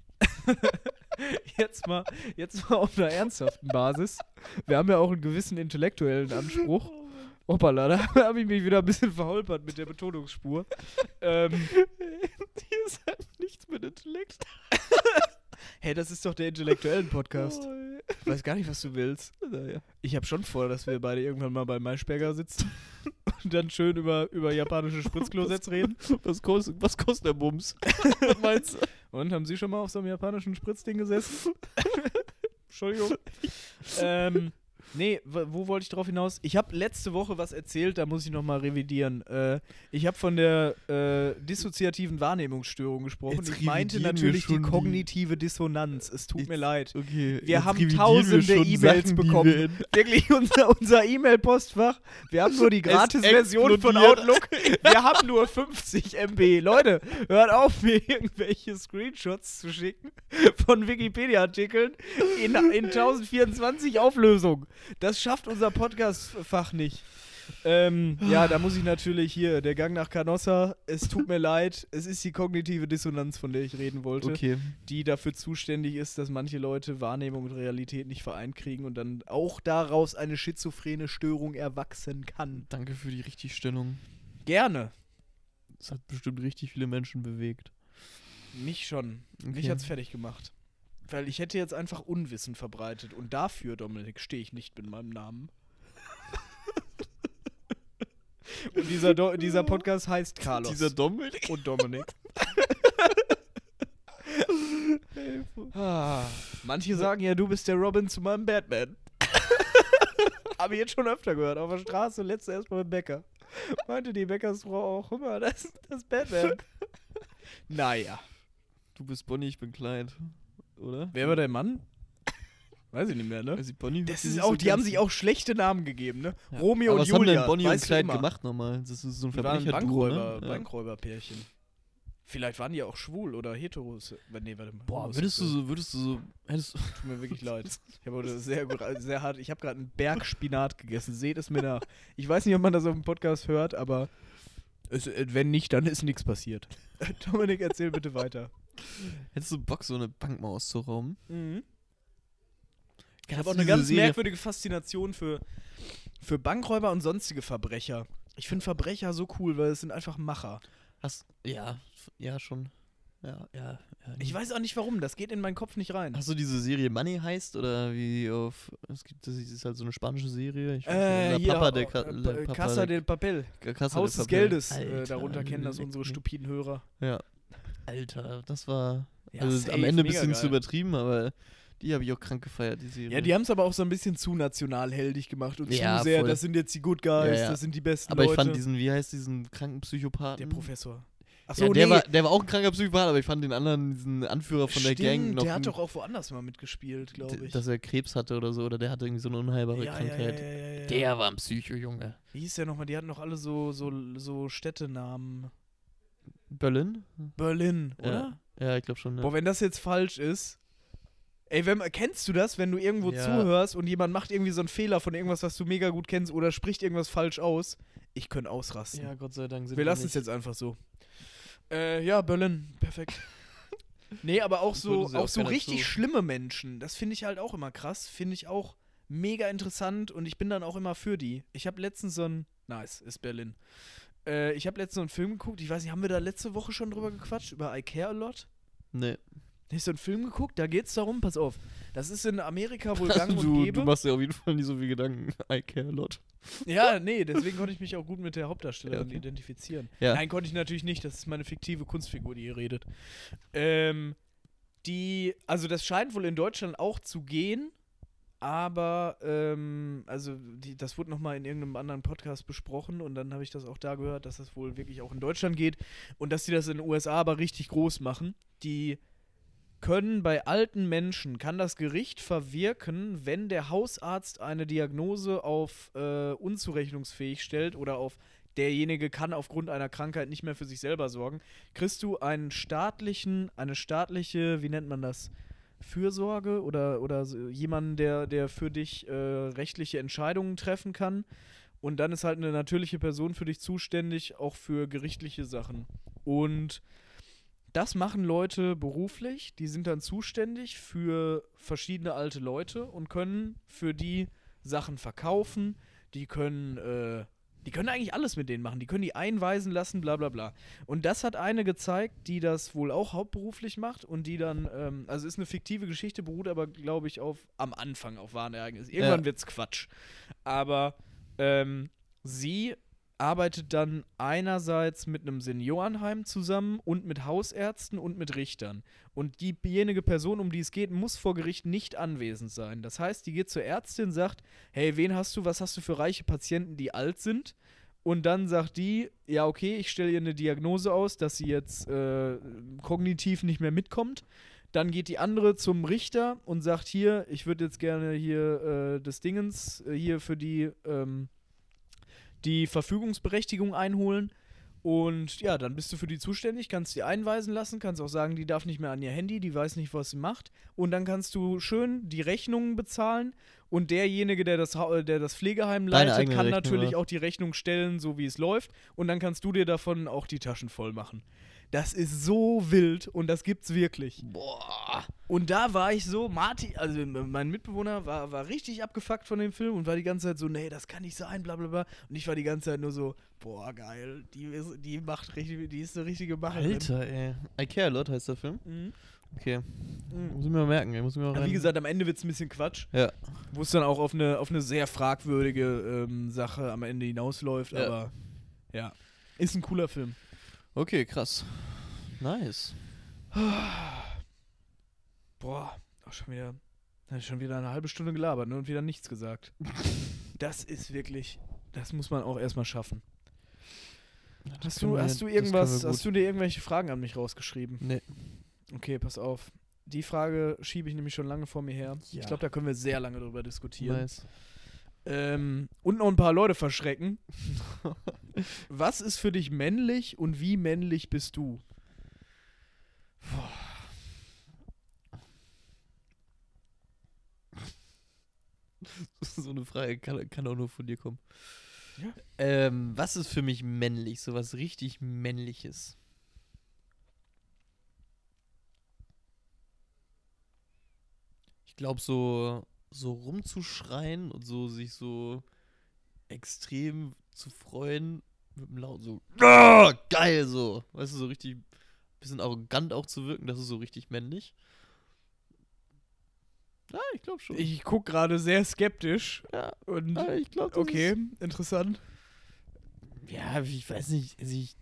jetzt mal, jetzt mal auf einer ernsthaften Basis. Wir haben ja auch einen gewissen intellektuellen Anspruch. Hoppala, da habe ich mich wieder ein bisschen verholpert mit der Betonungsspur. ähm,
Hier ist halt nichts mit Intellekt.
hey, das ist doch der intellektuellen Podcast.
Oh,
Ich weiß gar nicht, was du willst.
naja.
Ich habe schon vor, dass wir beide irgendwann mal bei Maischberger sitzen und dann schön über, über japanische Spritzklosetts reden.
Was kostet, was kostet der Bums? Was meinst du?
Und haben Sie schon mal auf so einem japanischen Spritzding gesessen? Entschuldigung. ähm, nee, w- wo wollte ich drauf hinaus? Ich habe letzte Woche was erzählt, da muss ich nochmal revidieren. Äh, ich habe von der äh, dissoziativen Wahrnehmungsstörung gesprochen.
Jetzt
Ich meinte
revidieren wir
natürlich die
schon die-
kognitive Dissonanz. Es tut mir
Jetzt-
leid.
Okay.
Wir
jetzt
haben
revidieren
tausende
wir schon
E-Mails
Sachen, die
bekommen.
wir in-
Wirklich, unser, unser E-Mail-Postfach. Wir haben nur die Gratis-Version von
explodiert.
Outlook. Wir haben nur fünfzig Megabyte. Leute, hört auf, mir irgendwelche Screenshots zu schicken von Wikipedia-Artikeln in, in tausendvierundzwanzig Auflösung. Das schafft unser Podcast-Fach nicht. Ähm, ja, da muss ich natürlich hier, der Gang nach Canossa, es tut mir leid, es ist die kognitive Dissonanz, von der ich reden wollte,
Okay.
die dafür zuständig ist, dass manche Leute Wahrnehmung und Realität nicht vereint kriegen und dann auch daraus eine schizophrene Störung erwachsen kann.
Danke für die Richtigstellung.
Gerne.
Das hat bestimmt richtig viele Menschen bewegt.
Mich schon.
Okay.
Mich hat's fertig gemacht. Weil ich hätte jetzt einfach Unwissen verbreitet und dafür, Dominik, stehe ich nicht mit meinem Namen. Und dieser, Do- dieser Podcast heißt Carlos
Dieser Dominik.
und Dominik. Ah, manche sagen ja, du bist der Robin zu meinem Batman. Habe ich jetzt schon öfter gehört. Auf der Straße, letzte erst mal im Bäcker. Meinte die Bäckersfrau auch, guck mal, das, das ist Batman. Naja.
Du bist Bonnie, ich bin Clyde. Oder?
Wer war der Mann? Weiß ich nicht mehr, ne?
Also Bonnie
Das
hört sich
ist
nicht
auch,
so
die haben
ganz-
sich auch schlechte Namen gegeben, ne?
Ja.
Romeo
Aber
und
was haben
Julia.
denn Bonnie und
weißt du
Clyde
immer.
gemacht nochmal? Das ist so ein
Die waren
Verbrecher-Duo,
Bankräuber,
ne? Ja.
Bankräuberpärchen. Vielleicht waren die auch schwul oder heteros. Nee, warte mal.
Boah, würdest du so, würdest du so, hättest du,
Tut mir wirklich leid. Ich habe heute sehr, gut- sehr hart, ich habe gerade einen Berg Spinat gegessen. Seht es mir nach. Ich weiß nicht, ob man das auf dem Podcast hört, aber es, äh, wenn nicht, dann ist nichts passiert. Dominik, erzähl bitte weiter.
hättest du Bock, so eine Bankmaus zu rauben?
Mhm. Ich
Hast
habe auch
du
eine
diese
ganz
Serie-
merkwürdige Faszination für, für Bankräuber und sonstige Verbrecher. Ich finde Verbrecher so cool, weil es sind einfach Macher.
Hast, ja, f- ja, schon. Ja, ja, ja.
Ich weiß auch nicht warum, das geht in meinen Kopf nicht rein.
Hast du diese Serie Money heißt oder wie auf, es gibt, das ist halt so eine spanische Serie. Ich weiß
Äh,
nicht,
hier,
La Papa
äh,
de Ca-
äh,
La
äh,
Papa
Casa
de
del Papel.
Ca- Casa
Haus
de
des
Papel.
Geldes. Äh,
Alter,
darunter kennen das
leck
unsere
mich.
stupiden Hörer.
Ja. Alter, das war,
Ja,
also
safe,
am Ende ein
mega
bisschen
geil.
zu übertrieben, aber die habe ich auch krank gefeiert, die Serie.
Ja, die haben es aber auch so ein bisschen zu nationalheldig gemacht und
Ja,
zu sehr,
voll.
das sind jetzt die Good Guys,
Ja, ja.
das sind die besten
aber
Leute.
ich fand diesen, wie heißt diesen kranken Psychopathen?
der Professor. Achso,
Ja, der,
nee.
war, der war auch ein kranker Psychopath, aber ich fand den anderen, diesen Anführer von der
Stimmt,
Gang noch,
der hat
ein-
doch auch woanders mal mitgespielt, glaube
d-
ich.
dass er Krebs hatte oder so, oder der hatte irgendwie so eine unheilbare
ja, ja, ja,
Krankheit.
ja, ja, ja.
Der war ein Psycho, Junge.
Wie hieß der nochmal? Die hatten doch alle so, so, so Städtenamen.
Berlin?
Berlin, oder?
Ja, ja ich glaube schon. Ja.
Boah, wenn das jetzt falsch ist. Ey, wenn, kennst du das, wenn du irgendwo
Ja.
zuhörst und jemand macht irgendwie so einen Fehler von irgendwas, was du mega gut kennst oder spricht irgendwas falsch aus? Ich könnte ausrasten.
ja, Gott sei Dank sind
Wir lassen es
nicht.
jetzt einfach so. Äh, ja, Berlin, perfekt. Nee, aber auch
Das
so,
würde sie
auch
auch
so
keiner
richtig
zu.
schlimme Menschen. Das finde ich halt auch immer krass. Finde ich auch mega interessant und ich bin dann auch immer für die. Ich habe letztens so ein. Nice, ist Berlin. Äh, ich habe letztens so einen Film geguckt. Ich weiß nicht, haben wir da letzte Woche schon drüber gequatscht? Über I Care a Lot?
Nee.
Da ist so einen Film geguckt, da geht's darum, pass auf. Das ist in Amerika wohl gang und
du,
gäbe.
du machst dir auf jeden Fall nicht so viel Gedanken. I care a lot.
Ja, nee, deswegen konnte ich mich auch gut mit der Hauptdarstellerin
Ja, okay.
identifizieren.
Ja.
Nein, konnte ich natürlich nicht, das ist meine fiktive Kunstfigur, die ihr redet. Ähm, die, also das scheint wohl in Deutschland auch zu gehen, aber, ähm, also die, das wurde nochmal in irgendeinem anderen Podcast besprochen und dann habe ich das auch da gehört, dass das wohl wirklich auch in Deutschland geht und dass die das in den U S A aber richtig groß machen. Die können bei alten Menschen, kann das Gericht verwirken, wenn der Hausarzt eine Diagnose auf äh, unzurechnungsfähig stellt oder auf derjenige kann aufgrund einer Krankheit nicht mehr für sich selber sorgen, kriegst du einen staatlichen, eine staatliche, wie nennt man das, Fürsorge oder, oder so, jemanden, der, der für dich äh, rechtliche Entscheidungen treffen kann. Und dann ist halt eine natürliche Person für dich zuständig, auch für gerichtliche Sachen. Und das machen Leute beruflich, die sind dann zuständig für verschiedene alte Leute und können für die Sachen verkaufen, die können äh, Die können eigentlich alles mit denen machen. Die können die einweisen lassen, bla bla bla. Und das hat eine gezeigt, die das wohl auch hauptberuflich macht und die dann, ähm, also ist eine fiktive Geschichte, beruht aber, glaube ich, auf, am Anfang auf wahren Ereignissen. Irgendwann
Ja.
wird's Quatsch. Aber ähm, sie arbeitet dann einerseits mit einem Seniorenheim zusammen und mit Hausärzten und mit Richtern. Und diejenige Person, um die es geht, muss vor Gericht nicht anwesend sein. Das heißt, die geht zur Ärztin, sagt, hey, wen hast du, was hast du für reiche Patienten, die alt sind? Und dann sagt die, ja, okay, ich stelle ihr eine Diagnose aus, dass sie jetzt äh, kognitiv nicht mehr mitkommt. Dann geht die andere zum Richter und sagt, hier, ich würde jetzt gerne hier äh, des Dingens, äh, hier für die, ähm, die Verfügungsberechtigung einholen. Und ja, dann bist du für die zuständig, kannst die einweisen lassen, kannst auch sagen, die darf nicht mehr an ihr Handy, die weiß nicht, was sie macht. Und dann kannst du schön die Rechnungen bezahlen und derjenige, der das, Ha- der das Pflegeheim
Deine
leitet,
eigene
kann
Rechnung,
natürlich
ja.
auch die Rechnung stellen, so wie es läuft. Und dann kannst du dir davon auch die Taschen voll machen. Das ist so wild und das gibt's wirklich.
Boah.
Und da war ich so, Martin, also mein Mitbewohner war, war richtig abgefuckt von dem Film und war die ganze Zeit so, nee, das kann nicht sein, bla bla bla. Und ich war die ganze Zeit nur so, boah, geil, die, ist, die macht richtig, die ist eine richtige Macherin.
Alter, ey. I Care a Lot heißt der Film.
Mhm.
Okay.
Mhm.
Muss ich mir mal merken, ey. Muss ich mir mal
Aber
rein.
wie gesagt, am Ende wird's ein bisschen Quatsch,
Ja.
wo es dann auch auf eine, auf eine sehr fragwürdige ähm, Sache am Ende hinausläuft,
Ja.
aber ja, ist ein cooler Film.
Okay, krass. Nice.
Boah, auch schon wieder, schon wieder eine halbe Stunde gelabert, ne, und wieder nichts gesagt. Das ist wirklich, das muss man auch erstmal schaffen.
Das
Hast
können
du,
wir-
hast du
das
irgendwas,
können wir
hast du dir irgendwelche Fragen an mich rausgeschrieben?
Nee.
Okay, pass auf. Die Frage schiebe ich nämlich schon lange vor mir her.
Ja.
Ich glaube, da können wir sehr lange drüber diskutieren.
Nice.
Ähm, und noch ein paar Leute verschrecken. Was ist für dich männlich und wie männlich bist du?
So eine Frage kann, kann auch nur von dir kommen.
Ja.
Ähm, was ist für mich männlich? So was richtig Männliches. Ich glaube, so, so rumzuschreien und so sich so extrem zu freuen mit dem Laut so "Ah, geil so. Weißt du, so richtig bisschen arrogant auch zu wirken, das ist so richtig männlich. Ja, ich glaube schon.
Ich gucke gerade sehr skeptisch.
ja,
Und
ja, ich glaube,
okay, interessant.
Ja, ich weiß nicht, also ich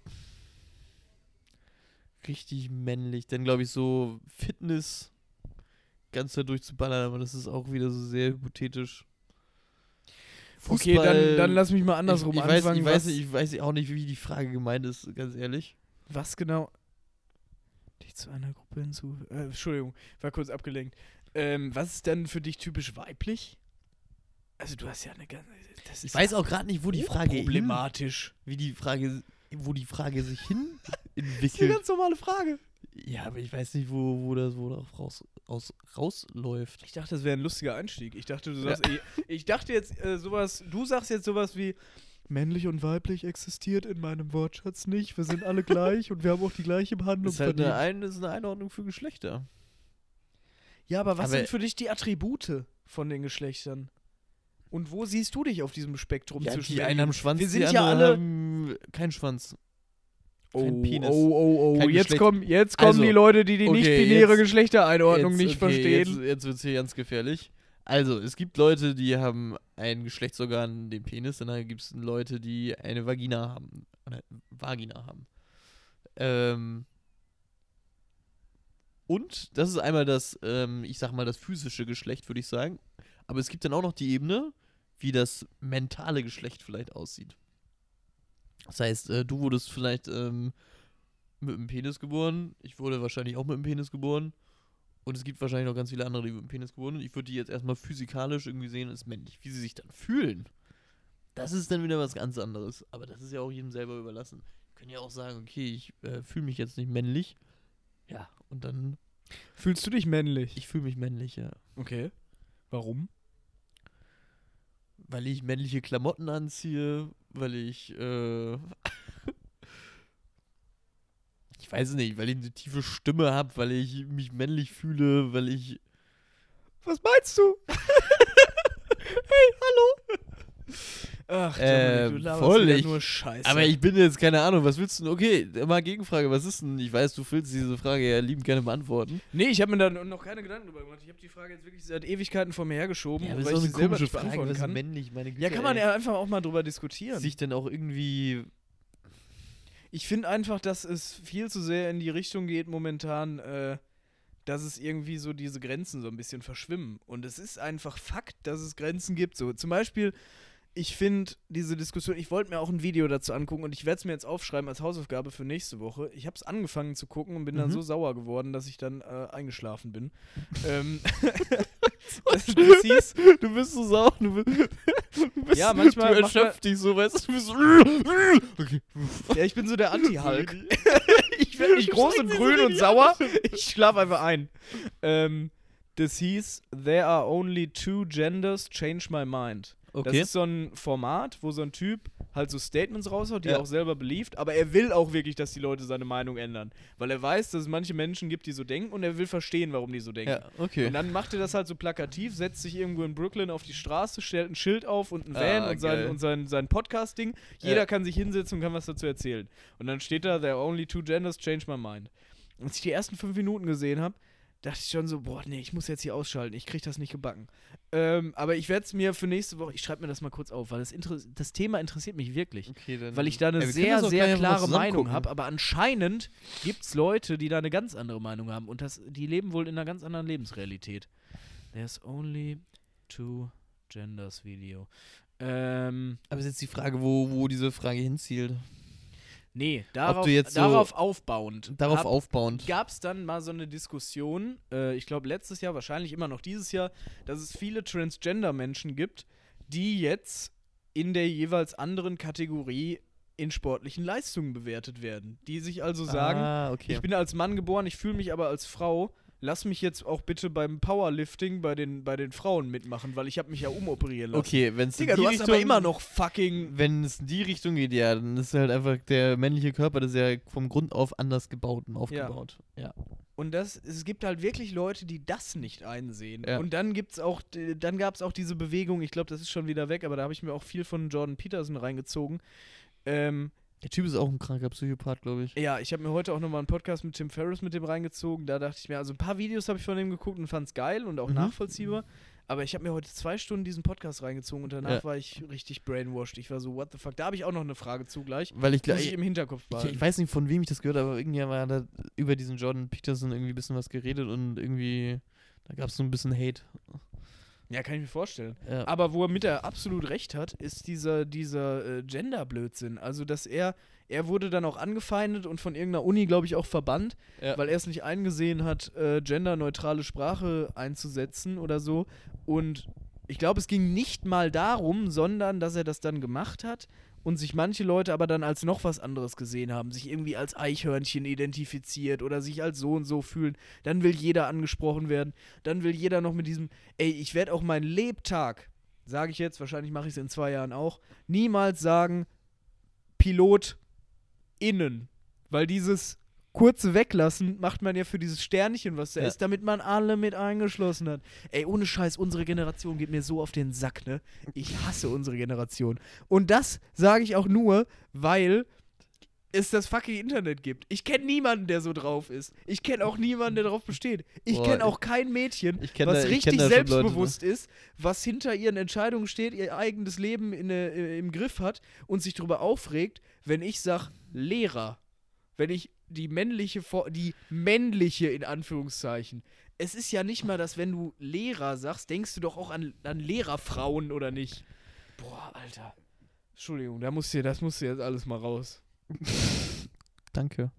richtig männlich, dann glaube ich so Fitness ganz da durchzuballern, aber das ist auch wieder so sehr hypothetisch.
Okay, dann, dann lass mich mal andersrum
ich, ich weiß,
anfangen.
ich, weiß
was,
nicht, ich weiß auch nicht, wie die Frage gemeint ist, ganz ehrlich.
was genau dich zu einer Gruppe hinzu... Äh, Entschuldigung, war kurz abgelenkt. Ähm, was ist denn für dich typisch weiblich? Also du hast ja eine ganze... Das
Ich
ist
weiß
ja
auch gerade nicht, wo die Frage hin,
problematisch.
wie die Frage, wo die Frage sich hin
Das ist eine
entwickelt.
ganz normale Frage.
Ja, aber ich weiß nicht, wo, wo das wo darauf raus, aus, rausläuft.
Ich dachte, das wäre ein lustiger Einstieg. Ich dachte, du sagst... Ich, ich dachte jetzt äh, sowas... Du sagst jetzt sowas wie... Männlich und weiblich existiert in meinem Wortschatz nicht. Wir sind alle gleich und wir haben auch die gleiche Behandlung
Das ist halt
verdient.
eine, ein, das ist eine Einordnung für Geschlechter.
Ja, aber was
Aber-
sind für dich die Attribute von den Geschlechtern? Und wo siehst du dich auf diesem Spektrum
Ja,
zwischen
die einen
männlichen-
haben Schwanz,
Wir
die
sind ja
anderen
alle...
haben keinen Schwanz.
Oh,
kein Penis.
oh, oh, oh.
Kein
Jetzt
Geschlecht.
kommen, jetzt kommen
Also,
die Leute, die die
okay,
nicht-binäre
jetzt-
Geschlechtereinordnung
Jetzt-
nicht
okay,
verstehen.
Jetzt, jetzt wird es hier ganz gefährlich. Also, es gibt Leute, die haben ein Geschlechtsorgan, den Penis, und dann gibt es Leute, die eine Vagina haben. Oder Vagina haben. Ähm, und das ist einmal das, ähm, ich sag mal, das physische Geschlecht, würde ich sagen. Aber es gibt dann auch noch die Ebene, wie das mentale Geschlecht vielleicht aussieht. Das heißt, äh, du wurdest vielleicht ähm, mit einem Penis geboren. Ich wurde wahrscheinlich auch mit einem Penis geboren. Und es gibt wahrscheinlich noch ganz viele andere, die mit dem Penis geboren sind. Ich würde die jetzt erstmal physikalisch irgendwie sehen, als männlich. Wie sie sich dann fühlen, das ist dann wieder was ganz anderes. Aber das ist ja auch jedem selber überlassen. Wir können ja auch sagen, okay, ich äh, fühle mich jetzt nicht männlich. Ja, und dann,
Fühlst du dich männlich?
ich fühle mich männlich, ja.
Okay. Warum?
Weil ich männliche Klamotten anziehe, weil ich, äh, ich weiß es nicht, weil ich eine tiefe Stimme habe, weil ich mich männlich fühle, weil ich,
Was meinst du? Ach,
Äh,
Dominik, du laberst
voll
wieder
nicht.
nur Scheiße.
Aber ich bin jetzt, keine Ahnung, was willst du denn? Okay, mal Gegenfrage, was ist denn? Ich weiß, du willst diese Frage ja liebend gerne beantworten.
Nee, ich habe mir da noch keine Gedanken drüber gemacht. Ich habe die Frage jetzt wirklich seit Ewigkeiten vor mir hergeschoben,
Ja, aber
weil
ist
ich
doch
sie
eine
selber
komische
nicht
Frage,
beantworten
was ist
kann.
männlich, meine Güte.
Ja, kann man
ey.
ja einfach auch mal drüber diskutieren.
Sich denn auch irgendwie...
Ich finde einfach, dass es viel zu sehr in die Richtung geht momentan, äh, dass es irgendwie so diese Grenzen so ein bisschen verschwimmen. Und es ist einfach Fakt, dass es Grenzen gibt. So zum Beispiel, ich finde diese Diskussion, ich wollte mir auch ein Video dazu angucken und ich werde es mir jetzt aufschreiben als Hausaufgabe für nächste Woche. Ich habe es angefangen zu gucken und bin dann
Mhm.
so sauer geworden, dass ich dann äh, eingeschlafen bin. ähm, das, das hieß,
Du bist so sauer, du bist, du bist
Ja, manchmal
du
macht
erschöpft dich so, weißt du, du bist so... Okay.
ja, ich bin so der Anti-Hulk. Ich werde nicht groß und grün und sauer, ich schlafe einfach ein. Ähm, das hieß There are only two genders, change my mind. Das
Okay.
ist so ein Format, wo so ein Typ halt so Statements raushaut, die
Ja.
er auch selber beliebt, aber er will auch wirklich, dass die Leute seine Meinung ändern. Weil er weiß, dass es manche Menschen gibt, die so denken und er will verstehen, warum die so denken.
Ja, okay.
Und dann macht er das halt so plakativ, setzt sich irgendwo in Brooklyn auf die Straße, stellt ein Schild auf und ein Van
Ah,
und sein,
geil.
und sein, sein Podcast-Ding. Jeder
Ja.
kann sich hinsetzen und kann was dazu erzählen. Und dann steht da, there are only two genders, change my mind. Und als ich die ersten fünf Minuten gesehen habe, dachte ich schon so, boah, nee, ich muss jetzt hier ausschalten, ich krieg das nicht gebacken. Ähm, aber ich werde es mir für nächste Woche, ich schreibe mir das mal kurz auf, weil das, Inter- das Thema interessiert mich wirklich.
Okay, dann,
Weil ich da eine
Ey, wir können
sehr,
das auch
sehr
gleich mal
klare
zusammen
Meinung
gucken.
habe, aber anscheinend gibt es Leute, die da eine ganz andere Meinung haben und das, die leben wohl in einer ganz anderen Lebensrealität. There's only two genders Video. Ähm,
Aber ist jetzt die Frage, wo, wo diese Frage hinzielt.
nee, darauf,
du jetzt so-
darauf aufbauend.
Darauf
hab-
aufbauend.
Gab es dann mal so eine Diskussion, äh, ich glaube letztes Jahr, wahrscheinlich immer noch dieses Jahr, dass es viele Transgender-Menschen gibt, die jetzt in der jeweils anderen Kategorie in sportlichen Leistungen bewertet werden. Die sich also sagen,
ah, okay.
ich bin als Mann geboren, ich fühle mich aber als Frau, lass mich jetzt auch bitte beim Powerlifting bei den, bei den Frauen mitmachen, weil ich habe mich ja umoperieren lassen.
Okay, wenn es in
Digga,
die
du hast
Richtung,
aber immer noch fucking...
wenn es in die Richtung geht, ja, dann ist halt einfach der männliche Körper, das ist ja vom Grund auf anders gebaut und aufgebaut. Ja.
Und das, es gibt halt wirklich Leute, die das nicht einsehen.
Ja.
Und dann gibt's auch, d- dann gab es auch diese Bewegung, ich glaube, das ist schon wieder weg, aber da habe ich mir auch viel von Jordan Peterson reingezogen. Ähm,
Der Typ ist auch ein kranker Psychopath, glaube ich.
ja, ich habe mir heute auch nochmal einen Podcast mit Tim Ferriss mit dem reingezogen. Da dachte ich mir, also ein paar Videos habe ich von dem geguckt und fand's geil und auch
Mhm.
nachvollziehbar. Aber ich habe mir heute zwei Stunden diesen Podcast reingezogen und danach
Ja.
war ich richtig brainwashed. Ich war so, what the fuck? Da habe ich auch noch eine Frage zu gleich.
Weil ich
Muss
glaube,
ich im Hinterkopf
ich,
behalten.
ich weiß nicht, von wem ich das gehört habe, aber irgendwie war da über diesen Jordan Peterson irgendwie ein bisschen was geredet und irgendwie, da gab es so ein bisschen Hate.
Ja, kann ich mir vorstellen.
Ja.
Aber wo er mit er absolut recht hat, ist dieser, dieser äh, Gender-Blödsinn. Also, dass er, er wurde dann auch angefeindet und von irgendeiner Uni, glaube ich, auch verbannt,
Ja.
weil er es nicht eingesehen hat, äh, genderneutrale Sprache einzusetzen oder so. Und ich glaube, es ging nicht mal darum, sondern dass er das dann gemacht hat und sich manche Leute aber dann als noch was anderes gesehen haben, sich irgendwie als Eichhörnchen identifiziert oder sich als so und so fühlen. Dann will jeder angesprochen werden. Dann will jeder noch mit diesem, ey, ich werde auch meinen Lebtag, sage ich jetzt, wahrscheinlich mache ich es in zwei Jahren auch, niemals sagen, Pilot innen. Weil dieses kurze Weglassen macht man ja für dieses Sternchen, was da
Ja.
ist, damit man alle mit eingeschlossen hat. Ey, ohne Scheiß, unsere Generation geht mir so auf den Sack, ne? Ich hasse unsere Generation. Und das sage ich auch nur, weil es das fucking Internet gibt. Ich kenne niemanden, der so drauf ist. Ich kenne auch niemanden, der drauf besteht. Ich
Boah,
kenne auch kein Mädchen,
ich kenn
was
da- ich kenn
richtig
da schon Leute, ne?
selbstbewusst ist, was hinter ihren Entscheidungen steht, ihr eigenes Leben in, äh, im Griff hat und sich darüber aufregt, wenn ich sage Lehrer. Wenn ich die männliche, Vor- die männliche in Anführungszeichen. Es ist ja nicht mal, dass wenn du Lehrer sagst, denkst du doch auch an, an Lehrerfrauen oder nicht? Boah, Alter. Entschuldigung, da musst du, das musst du jetzt alles mal raus.
Danke.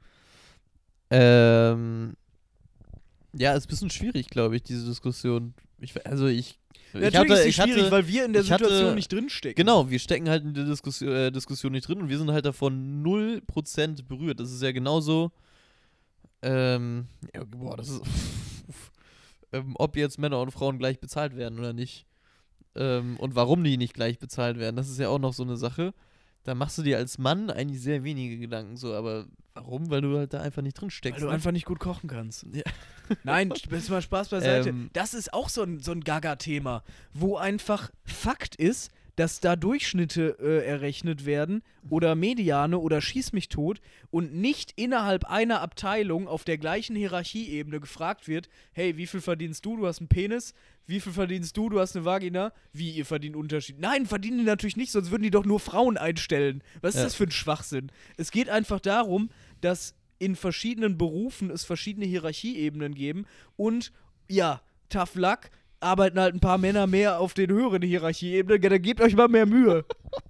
Ähm, ja, ist ein bisschen schwierig, glaube ich, diese Diskussion. Ich, also ich.
Natürlich
ich hatte,
ist sie
ich
schwierig,
hatte,
weil wir in der
ich hatte-
Situation nicht drinstecken.
Genau, wir stecken halt in der Diskussion, äh, Diskussion nicht drin und wir sind halt davon null Prozent berührt. Das ist ja genauso, ähm, ja, boah, das ist, ähm, ob jetzt Männer und Frauen gleich bezahlt werden oder nicht. Ähm, und warum die nicht gleich bezahlt werden, das ist ja auch noch so eine Sache. Da machst du dir als Mann eigentlich sehr wenige Gedanken so, aber warum? Weil du halt da einfach nicht drin steckst.
Weil du
ne?
einfach nicht gut kochen kannst.
Ja.
Nein, jetzt mal Spaß beiseite.
Ähm.
das ist auch so ein, so ein Gaga-Thema, wo einfach Fakt ist, dass da Durchschnitte äh, errechnet werden oder Mediane oder schieß mich tot und nicht innerhalb einer Abteilung auf der gleichen Hierarchieebene gefragt wird, hey, wie viel verdienst du? Du hast einen Penis. Wie viel verdienst du? Du hast eine Vagina. Wie, ihr verdient Unterschied? Nein, verdienen die natürlich nicht, sonst würden die doch nur Frauen einstellen. Was ist
Ja.
das für ein Schwachsinn? Es geht einfach darum, dass in verschiedenen Berufen es verschiedene Hierarchieebenen geben und ja, tough luck, arbeiten halt ein paar Männer mehr auf den höheren Hierarchieebenen, dann gebt euch mal mehr Mühe.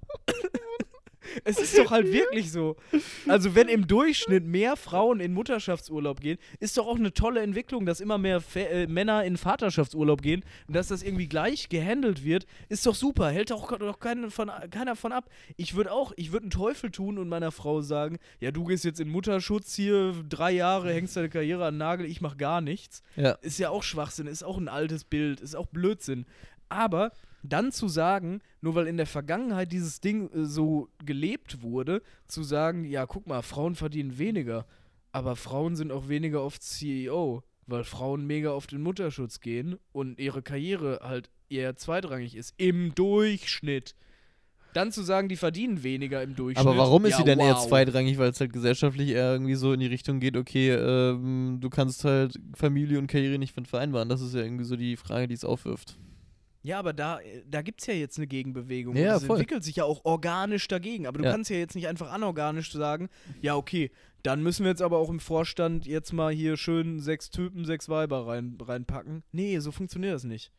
Es ist doch halt wirklich so. Also wenn im Durchschnitt mehr Frauen in Mutterschaftsurlaub gehen, ist doch auch eine tolle Entwicklung, dass immer mehr Fe- äh, Männer in Vaterschaftsurlaub gehen und dass das irgendwie gleich gehandelt wird, ist doch super. Hält doch, doch keiner von, keiner von ab. Ich würde auch, ich würde einen Teufel tun und meiner Frau sagen, ja, du gehst jetzt in Mutterschutz hier, drei Jahre, hängst deine Karriere an den Nagel, ich mach gar nichts.
Ja.
Ist ja auch Schwachsinn, ist auch ein altes Bild, ist auch Blödsinn. Aber dann zu sagen, nur weil in der Vergangenheit dieses Ding äh, so gelebt wurde, zu sagen, ja, guck mal, Frauen verdienen weniger, aber Frauen sind auch weniger oft C E O, weil Frauen mega oft in Mutterschutz gehen und ihre Karriere halt eher zweitrangig ist, im Durchschnitt. Dann zu sagen, die verdienen weniger im Durchschnitt.
Aber warum ist
ja,
sie denn eher
wow.
zweitrangig? Weil es halt gesellschaftlich eher irgendwie so in die Richtung geht, okay, ähm, du kannst halt Familie und Karriere nicht mit vereinbaren. Das ist ja irgendwie so die Frage, die es aufwirft.
Ja, aber da, da gibt es ja jetzt eine Gegenbewegung.
Ja,
und das
voll.
entwickelt sich ja auch organisch dagegen. Aber du
Ja.
kannst ja jetzt nicht einfach anorganisch sagen, ja, okay, dann müssen wir jetzt aber auch im Vorstand jetzt mal hier schön sechs Typen, sechs Weiber rein, reinpacken. Nee, so funktioniert das nicht.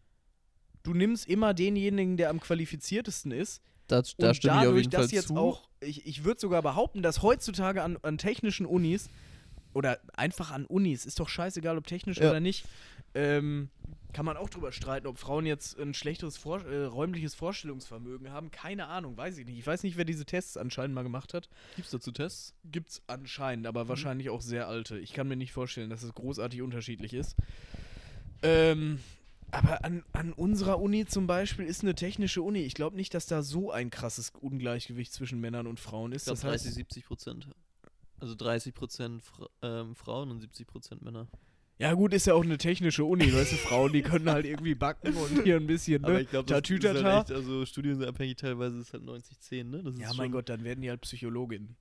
Du nimmst immer denjenigen, der am qualifiziertesten ist.
Da, da
und
stimme ich auf
dadurch,
jeden
dass
Fall
jetzt
zu.
auch, ich, ich würde sogar behaupten, dass heutzutage an, an technischen Unis oder einfach an Unis, ist doch scheißegal, ob technisch
Ja.
oder nicht, ähm, kann man auch drüber streiten, ob Frauen jetzt ein schlechteres Vor äh, räumliches Vorstellungsvermögen haben. Keine Ahnung, weiß ich nicht. Ich weiß nicht, wer diese Tests anscheinend mal gemacht hat.
Gibt es dazu Tests?
Gibt's anscheinend, aber wahrscheinlich auch sehr alte. Ich kann mir nicht vorstellen, dass es großartig unterschiedlich ist. Ähm, aber an, an unserer Uni zum Beispiel ist eine technische Uni. Ich glaube nicht, dass da so ein krasses Ungleichgewicht zwischen Männern und Frauen ist.
Ich glaube
Das heißt,
dreißig, siebzig Prozent. Also dreißig Prozent Fra ähm, Frauen und siebzig Prozent Männer.
ja gut, ist ja auch eine technische Uni, weißt du, Frauen, die können halt irgendwie backen und hier ein bisschen, ne?
Aber ich glaube, das ist halt
Tatütata.
echt, also studienabhängig teilweise ist halt neunzig zehn, ne? Das ist
Ja,
schon
mein Gott, dann werden die halt Psychologinnen.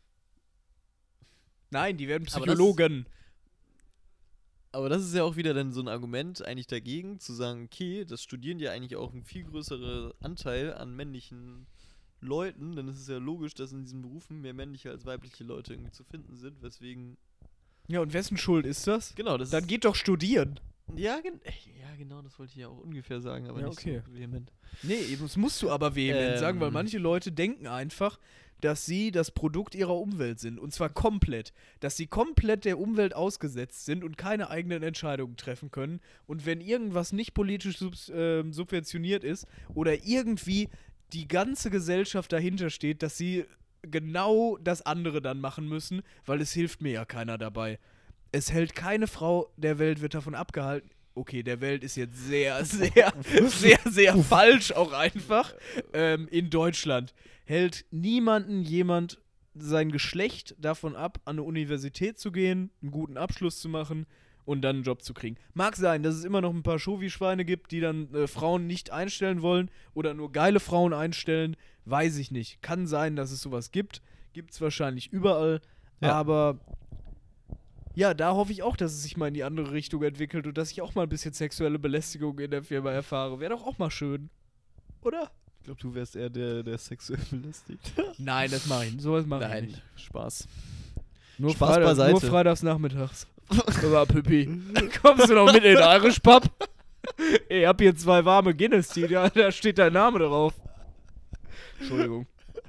Nein, die werden
Aber das-
Psychologen.
Aber das ist ja auch wieder dann so ein Argument eigentlich dagegen, zu sagen, okay, das studieren ja eigentlich auch ein viel größerer Anteil an männlichen Leuten, denn es ist ja logisch, dass in diesen Berufen mehr männliche als weibliche Leute irgendwie zu finden sind, weswegen,
Ja, und wessen Schuld ist das?
genau, das
Dann
ist,
geht doch studieren.
ja, gen ja, genau, das wollte ich ja auch ungefähr sagen, aber
Ja,
nicht
okay.
so vehement.
Nee, eben, das musst du aber vehement
Ähm.
sagen, weil manche Leute denken einfach, dass sie das Produkt ihrer Umwelt sind. Und zwar komplett. Dass sie komplett der Umwelt ausgesetzt sind und keine eigenen Entscheidungen treffen können. Und wenn irgendwas nicht politisch subs ähm, subventioniert ist oder irgendwie die ganze Gesellschaft dahinter steht, dass sie genau das andere dann machen müssen, weil es hilft mir ja keiner dabei. Es hält keine Frau der Welt, wird davon abgehalten. Okay, der Welt ist jetzt sehr, sehr, sehr, sehr falsch auch einfach. Ähm, in Deutschland hält niemanden jemand sein Geschlecht davon ab, an eine Universität zu gehen, einen guten Abschluss zu machen und dann einen Job zu kriegen. Mag sein, dass es immer noch ein paar Schovi-Schweine gibt, die dann äh, Frauen nicht einstellen wollen oder nur geile Frauen einstellen. Weiß ich nicht. Kann sein, dass es sowas gibt. Gibt es wahrscheinlich überall.
Ja.
Aber ja, da hoffe ich auch, dass es sich mal in die andere Richtung entwickelt und dass ich auch mal ein bisschen sexuelle Belästigung in der Firma erfahre. Wäre doch auch mal schön. Oder?
Ich glaube, du wärst eher der, der sexuell belästigt.
Nein, das mache ich. Sowas mache ich
Nein,
nicht.
Spaß.
Nur,
Spaß
Freitag,
beiseite.
nur freitags nachmittags. Aber Pippi, kommst du noch mit in den Irish Pub? Ey, ich hab hier zwei warme Guinness, die, da, da steht dein Name drauf. Entschuldigung.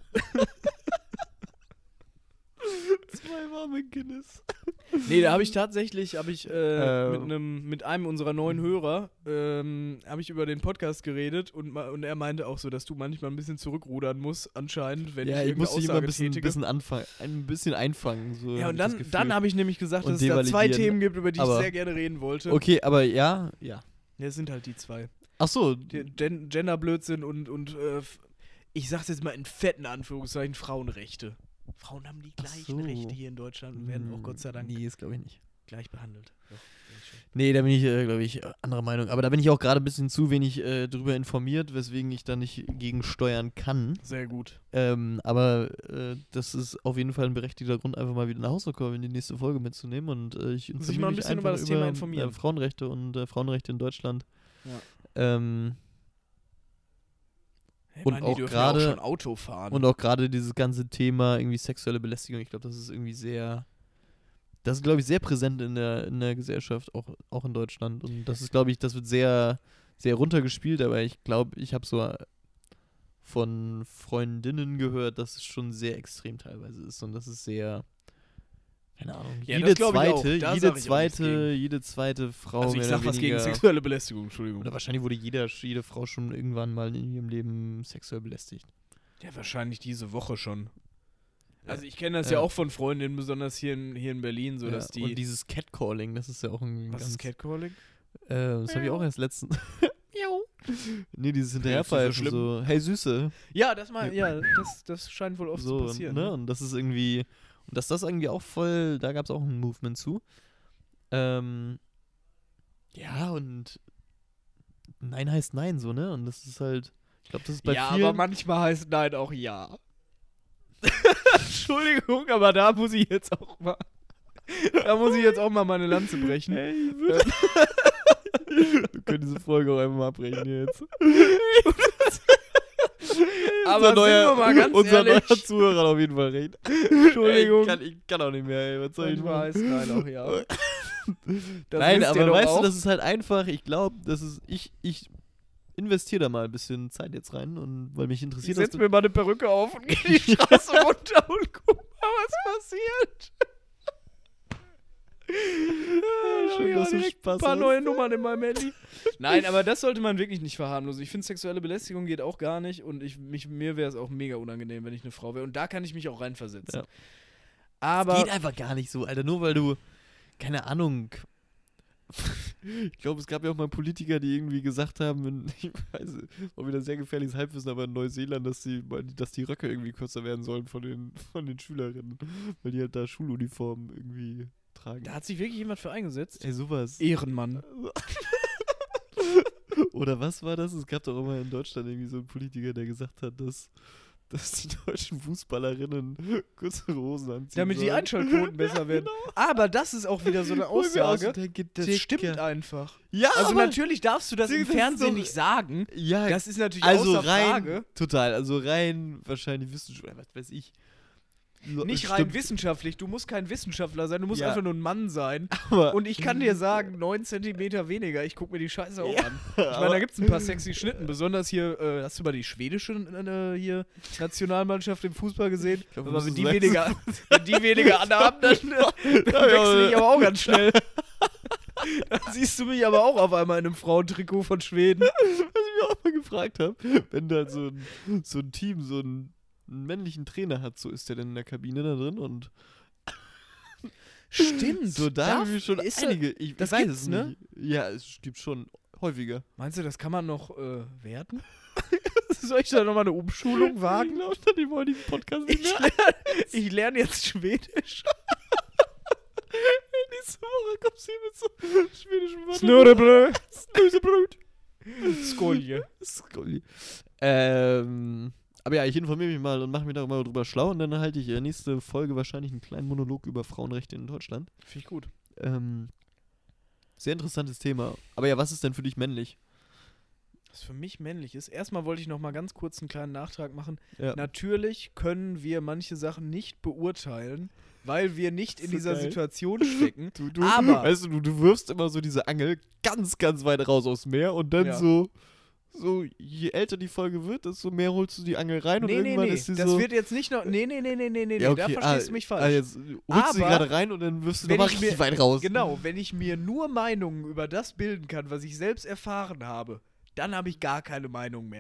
Zwei warme Guinness.
Nee, da habe ich tatsächlich, habe ich äh,
Ähm.
mit, einem, mit einem unserer neuen Hörer, ähm, habe ich über den Podcast geredet und, ma- und er meinte auch so, dass du manchmal ein bisschen zurückrudern musst, anscheinend, wenn
Ja,
ich
ich muss
irgendeine
dich immer
Aussage
ein bisschen,
tätige.
bisschen anfangen, ein bisschen einfangen. So
Ja,
hab
und
ich das
dann,
Gefühl.
dann habe ich nämlich gesagt,
Und
dass es da zwei
devalidieren.
Themen gibt, über die ich
Aber-
sehr gerne reden wollte.
Okay, aber ja, ja.
Ja, es sind halt die zwei.
Ach so,
Die Gen Genderblödsinn und, und äh, f- ich sag's jetzt mal in fetten Anführungszeichen, Frauenrechte. Frauen haben die
Ach
gleichen
so.
Rechte hier in Deutschland und werden auch Gott sei Dank
Nee, ist glaube ich nicht.
gleich behandelt. Doch,
Nee, da bin ich, äh, glaube ich, anderer Meinung. Aber da bin ich auch gerade ein bisschen zu wenig äh, drüber informiert, weswegen ich da nicht gegensteuern kann.
Sehr gut.
Ähm, aber äh, das ist auf jeden Fall ein berechtigter Grund, einfach mal wieder eine Hausaufgabe in die nächste Folge mitzunehmen. Und äh, ich
Muss ich
informiere
mal ein
mich
bisschen
einfach
über das Thema
über
informieren.
Äh, Frauenrechte und äh, Frauenrechte in Deutschland.
Ja.
Ähm,
Hey,
Und
Mann,
auch
die dürfen
gerade-
ja auch schon Auto fahren.
Und auch gerade dieses ganze Thema irgendwie sexuelle Belästigung, ich glaube, das ist irgendwie sehr, das ist, glaube ich, sehr präsent in der, in der Gesellschaft, auch, auch in Deutschland. Und das ist, glaube ich, das wird sehr, sehr runtergespielt, aber ich glaube, ich habe so von Freundinnen gehört, dass es schon sehr extrem teilweise ist und das ist sehr, keine Ahnung,
Ja,
jede
das glaub ich auch.
zweite,
Da
jede
sag ich auch nichts
zweite, jede zweite Frau
also ich
mehr
sag
oder
was gegen
weniger,
sexuelle Belästigung, Entschuldigung.
oder wahrscheinlich wurde jeder, jede Frau schon irgendwann mal in ihrem Leben sexuell belästigt.
Ja, wahrscheinlich diese Woche schon.
Ja.
Also ich kenne das ja.
Ja.
auch von Freundinnen, besonders hier in, hier in Berlin, so
Ja,
dass die...
und dieses Catcalling, das ist ja auch ein
was
ganz,
ist Catcalling?
Äh, das habe ich auch erst letztens. Nee, dieses
so
Hinterherpfeifen,
schlimm.
so, hey Süße.
Ja, das mal, ja, das, das scheint wohl oft
So,
zu passieren.
ne? Und das ist irgendwie, und dass das irgendwie auch voll, da gab es auch ein Movement zu. Ähm, ja, und Nein heißt Nein, so, ne? Und das ist halt, ich glaube, das ist bei
ja,
vielen...
aber manchmal heißt Nein auch Ja. Entschuldigung, aber da muss ich jetzt auch mal, da muss ich jetzt auch mal meine Lanze brechen.
Hey, wir können diese Folge auch einfach mal abbrechen jetzt.
Aber
unser
sind wir mal ganz
unser
ehrlich,
neuer Zuhörer hat auf jeden Fall recht.
Entschuldigung.
Ich kann, ich kann auch nicht mehr, ey. Was soll ich
manchmal
machen?
heißt Nein auch Ja. Das
Nein,
wisst ihr
aber
doch
weißt
auch.
du, das ist halt einfach, ich glaube, das ist, ich, ich investiere da mal ein bisschen Zeit jetzt rein und weil mich
Ich
interessiert
setz
das.
mir mal eine Perücke auf und gehe die Straße runter und guck mal, was passiert.
Schön, dass du
direkt
Spaß
ein paar
hast.
neue Nummern in meinem Handy. Nein, aber das sollte man wirklich nicht verharmlosen. Ich finde, sexuelle Belästigung geht auch gar nicht und ich, mich, mir wäre es auch mega unangenehm, wenn ich eine Frau wäre. Und da kann ich mich auch reinversetzen.
Ja.
Aber
geht einfach gar nicht so, Alter, nur weil du, keine Ahnung. Ich glaube, es gab ja auch mal Politiker, die irgendwie gesagt haben, in, ich weiß, auch wieder sehr gefährliches Halbwissen, aber in Neuseeland, dass die, dass die Röcke irgendwie kürzer werden sollen von den, von den Schülerinnen, weil die halt da Schuluniformen irgendwie tragen.
da hat sich wirklich jemand für eingesetzt.
Ey, sowas.
Ehrenmann.
Oder was war das? Es gab doch immer in Deutschland irgendwie so einen Politiker, der gesagt hat, dass, dass die deutschen Fußballerinnen kürzere Hosen anziehen
Damit die
sollen.
Einschaltquoten besser werden. Aber das ist auch wieder so eine
Wo ich mir auch so
Aussage.
denke,
Das
Dicker.
stimmt einfach.
Ja,
Also
aber,
natürlich darfst du das
Digga,
im
das ist
Fernsehen
doch-
nicht sagen.
ja,
Das ist natürlich
also
außer
rein,
Frage.
total, also rein wahrscheinlich Wissenschaft, was weiß ich. Lo-
Nicht rein
stimmt,
wissenschaftlich, du musst kein Wissenschaftler sein, du musst
Ja.
einfach nur ein Mann sein.
aber,
Und ich kann dir sagen, neun Zentimeter weniger, ich guck mir die Scheiße auch
Ja,
an. Ich meine, da gibt's ein paar sexy Schnitten, besonders hier, äh, hast du mal die schwedische äh, hier Nationalmannschaft im Fußball gesehen?
glaub,
Aber
du
wenn die,
sagst-
weniger, wenn die weniger anhaben, dann, äh, dann
Ja,
wechsle ich
aber-
aber auch ganz schnell. Dann siehst du mich aber auch auf einmal in einem Frauentrikot von Schweden.
was ich mir auch mal gefragt habe, wenn da so ein, so ein Team so einen, einen männlichen Trainer hat, so ist der denn in der Kabine da drin und
Stimmt.
so da haben wir schon
ist
einige, ich, ich
das
weiß
gibt's,
es
ne?
nicht. Ja, es gibt schon häufiger.
Meinst du, das kann man noch äh, werten? Soll ich da nochmal eine Umschulung
Ich
wagen?
glaube, dann die wollen diesen Podcast nicht
Ich
mehr.
lerne, ich lerne jetzt Schwedisch.
Nächste Woche kommst du hier mit so schwedischen Wörtern.
Snurrebrö.
Snurrebröt.
Skolje.
Skolli. Ähm, aber ja, ich informiere mich mal und mache mir darüber drüber schlau und dann halte ich in der nächste Folge wahrscheinlich einen kleinen Monolog über Frauenrechte in Deutschland.
Finde ich gut.
Ähm, sehr interessantes Thema. Aber ja, was ist denn für dich männlich?
Was für mich männlich ist. Erstmal wollte ich noch mal ganz kurz einen kleinen Nachtrag machen.
Ja.
Natürlich können wir manche Sachen nicht beurteilen, weil wir nicht in
So
dieser
geil.
Situation stecken.
Du, du,
Aber-
weißt du, du, du wirfst immer so diese Angel ganz, ganz weit raus aufs Meer und dann
Ja.
so, so, je älter die Folge wird, desto mehr holst du die Angel rein und
Nee, nee,
irgendwann
nee.
ist sie
Das
so.
wird jetzt nicht noch. Nee, nee, nee, nee, nee, nee.
ja, okay,
Da verstehst
ah,
du mich
Ah,
falsch.
jetzt holst du sie
Aber
gerade rein und dann wirfst du
wenn
nochmal
ich
richtig
mir-
weit raus.
Genau, wenn ich mir nur Meinungen über das bilden kann, was ich selbst erfahren habe, dann habe ich gar keine Meinung mehr.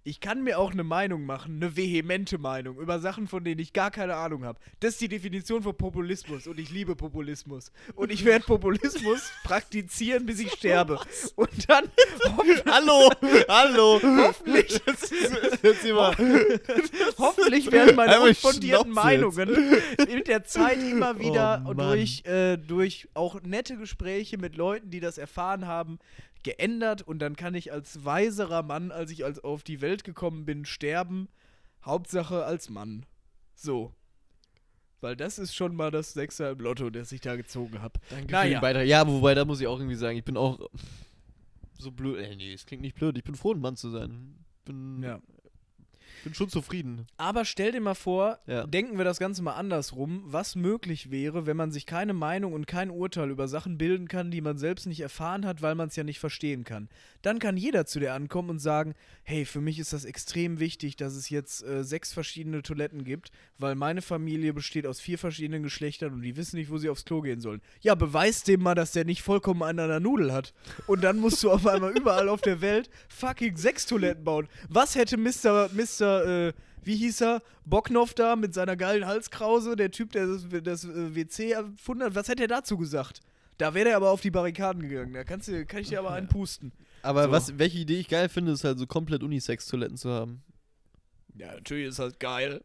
Ich kann mir auch eine Meinung machen, eine vehemente Meinung über Sachen, von denen ich gar keine Ahnung habe. Das ist die Definition von Populismus und ich liebe Populismus. Und ich werde Populismus praktizieren, bis ich sterbe. Und dann
Hallo, hallo.
hoffentlich,
Das ist jetzt immer.
hoffentlich werden meine
Einmal
unfundierten
Schnaps
Meinungen mit der Zeit immer wieder
Oh, Mann.
durch, äh, durch auch nette Gespräche mit Leuten, die das erfahren haben, geändert und dann kann ich als weiserer Mann, als ich als auf die Welt gekommen bin, sterben. Hauptsache als Mann. So. Weil das ist schon mal das Sechser im Lotto, das ich da gezogen habe.
Danke für
Naja.
den Beitrag. Ja, wobei, da muss ich auch irgendwie sagen, ich bin auch so blöd. Äh, nee, es klingt nicht blöd. Ich bin froh, ein Mann zu sein. Bin,
Ja.
bin schon zufrieden.
Aber stell dir mal vor,
Ja.
denken wir das Ganze mal andersrum, was möglich wäre, wenn man sich keine Meinung und kein Urteil über Sachen bilden kann, die man selbst nicht erfahren hat, weil man es ja nicht verstehen kann. Dann kann jeder zu dir ankommen und sagen, hey, für mich ist das extrem wichtig, dass es jetzt äh, sechs verschiedene Toiletten gibt, weil meine Familie besteht aus vier verschiedenen Geschlechtern und die wissen nicht, wo sie aufs Klo gehen sollen. Ja, beweis dem mal, dass der nicht vollkommen einen an der Nudel hat. Und dann musst du auf einmal überall auf der Welt fucking sechs Toiletten bauen. Was hätte Mister Mister Äh, wie hieß er? Bocknoff da mit seiner geilen Halskrause, der Typ, der das, das äh, W C erfunden hat. Was hätte er dazu gesagt? Da wäre er aber auf die Barrikaden gegangen. Da kannst du, kann ich dir aber einen pusten.
Aber
So.
was, welche Idee ich geil finde, ist halt so komplett Unisex-Toiletten zu haben.
Ja, natürlich ist das geil.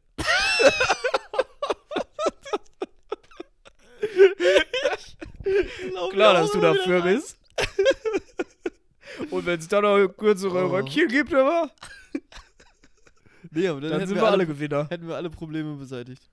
Klar, dass du dafür bist. Und wenn es da noch kürzere
Oh.
Röckchen gibt, aber,
Nee, aber dann,
dann
hätten,
sind
wir
wir alle
alle,
Gewinner.
hätten wir alle Probleme beseitigt.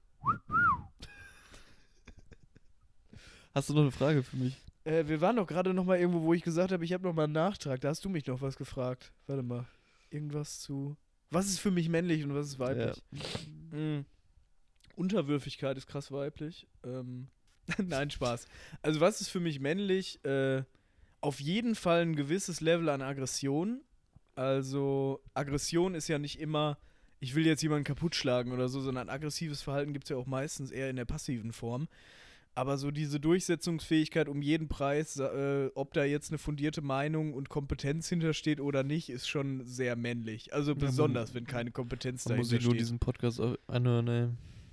Hast du noch eine Frage für mich?
Äh, wir waren doch gerade noch mal irgendwo, wo ich gesagt habe, ich habe noch mal einen Nachtrag. Da hast du mich noch was gefragt. Warte mal. Irgendwas zu... Was ist für mich männlich und was ist weiblich? Mhm. Unterwürfigkeit ist krass weiblich. Ähm, Nein, Spaß. Also was ist für mich männlich? Äh, auf jeden Fall ein gewisses Level an Aggression. Also Aggression ist ja nicht immer, ich will jetzt jemanden kaputt schlagen oder so, sondern aggressives Verhalten gibt es ja auch meistens eher in der passiven Form. Aber so diese Durchsetzungsfähigkeit um jeden Preis, äh, ob da jetzt eine fundierte Meinung und Kompetenz hintersteht oder nicht, ist schon sehr männlich. Also
man-
besonders, wenn keine Kompetenz
Da muss
dahinter
ich nur
steht.
diesen Podcast au- anhören,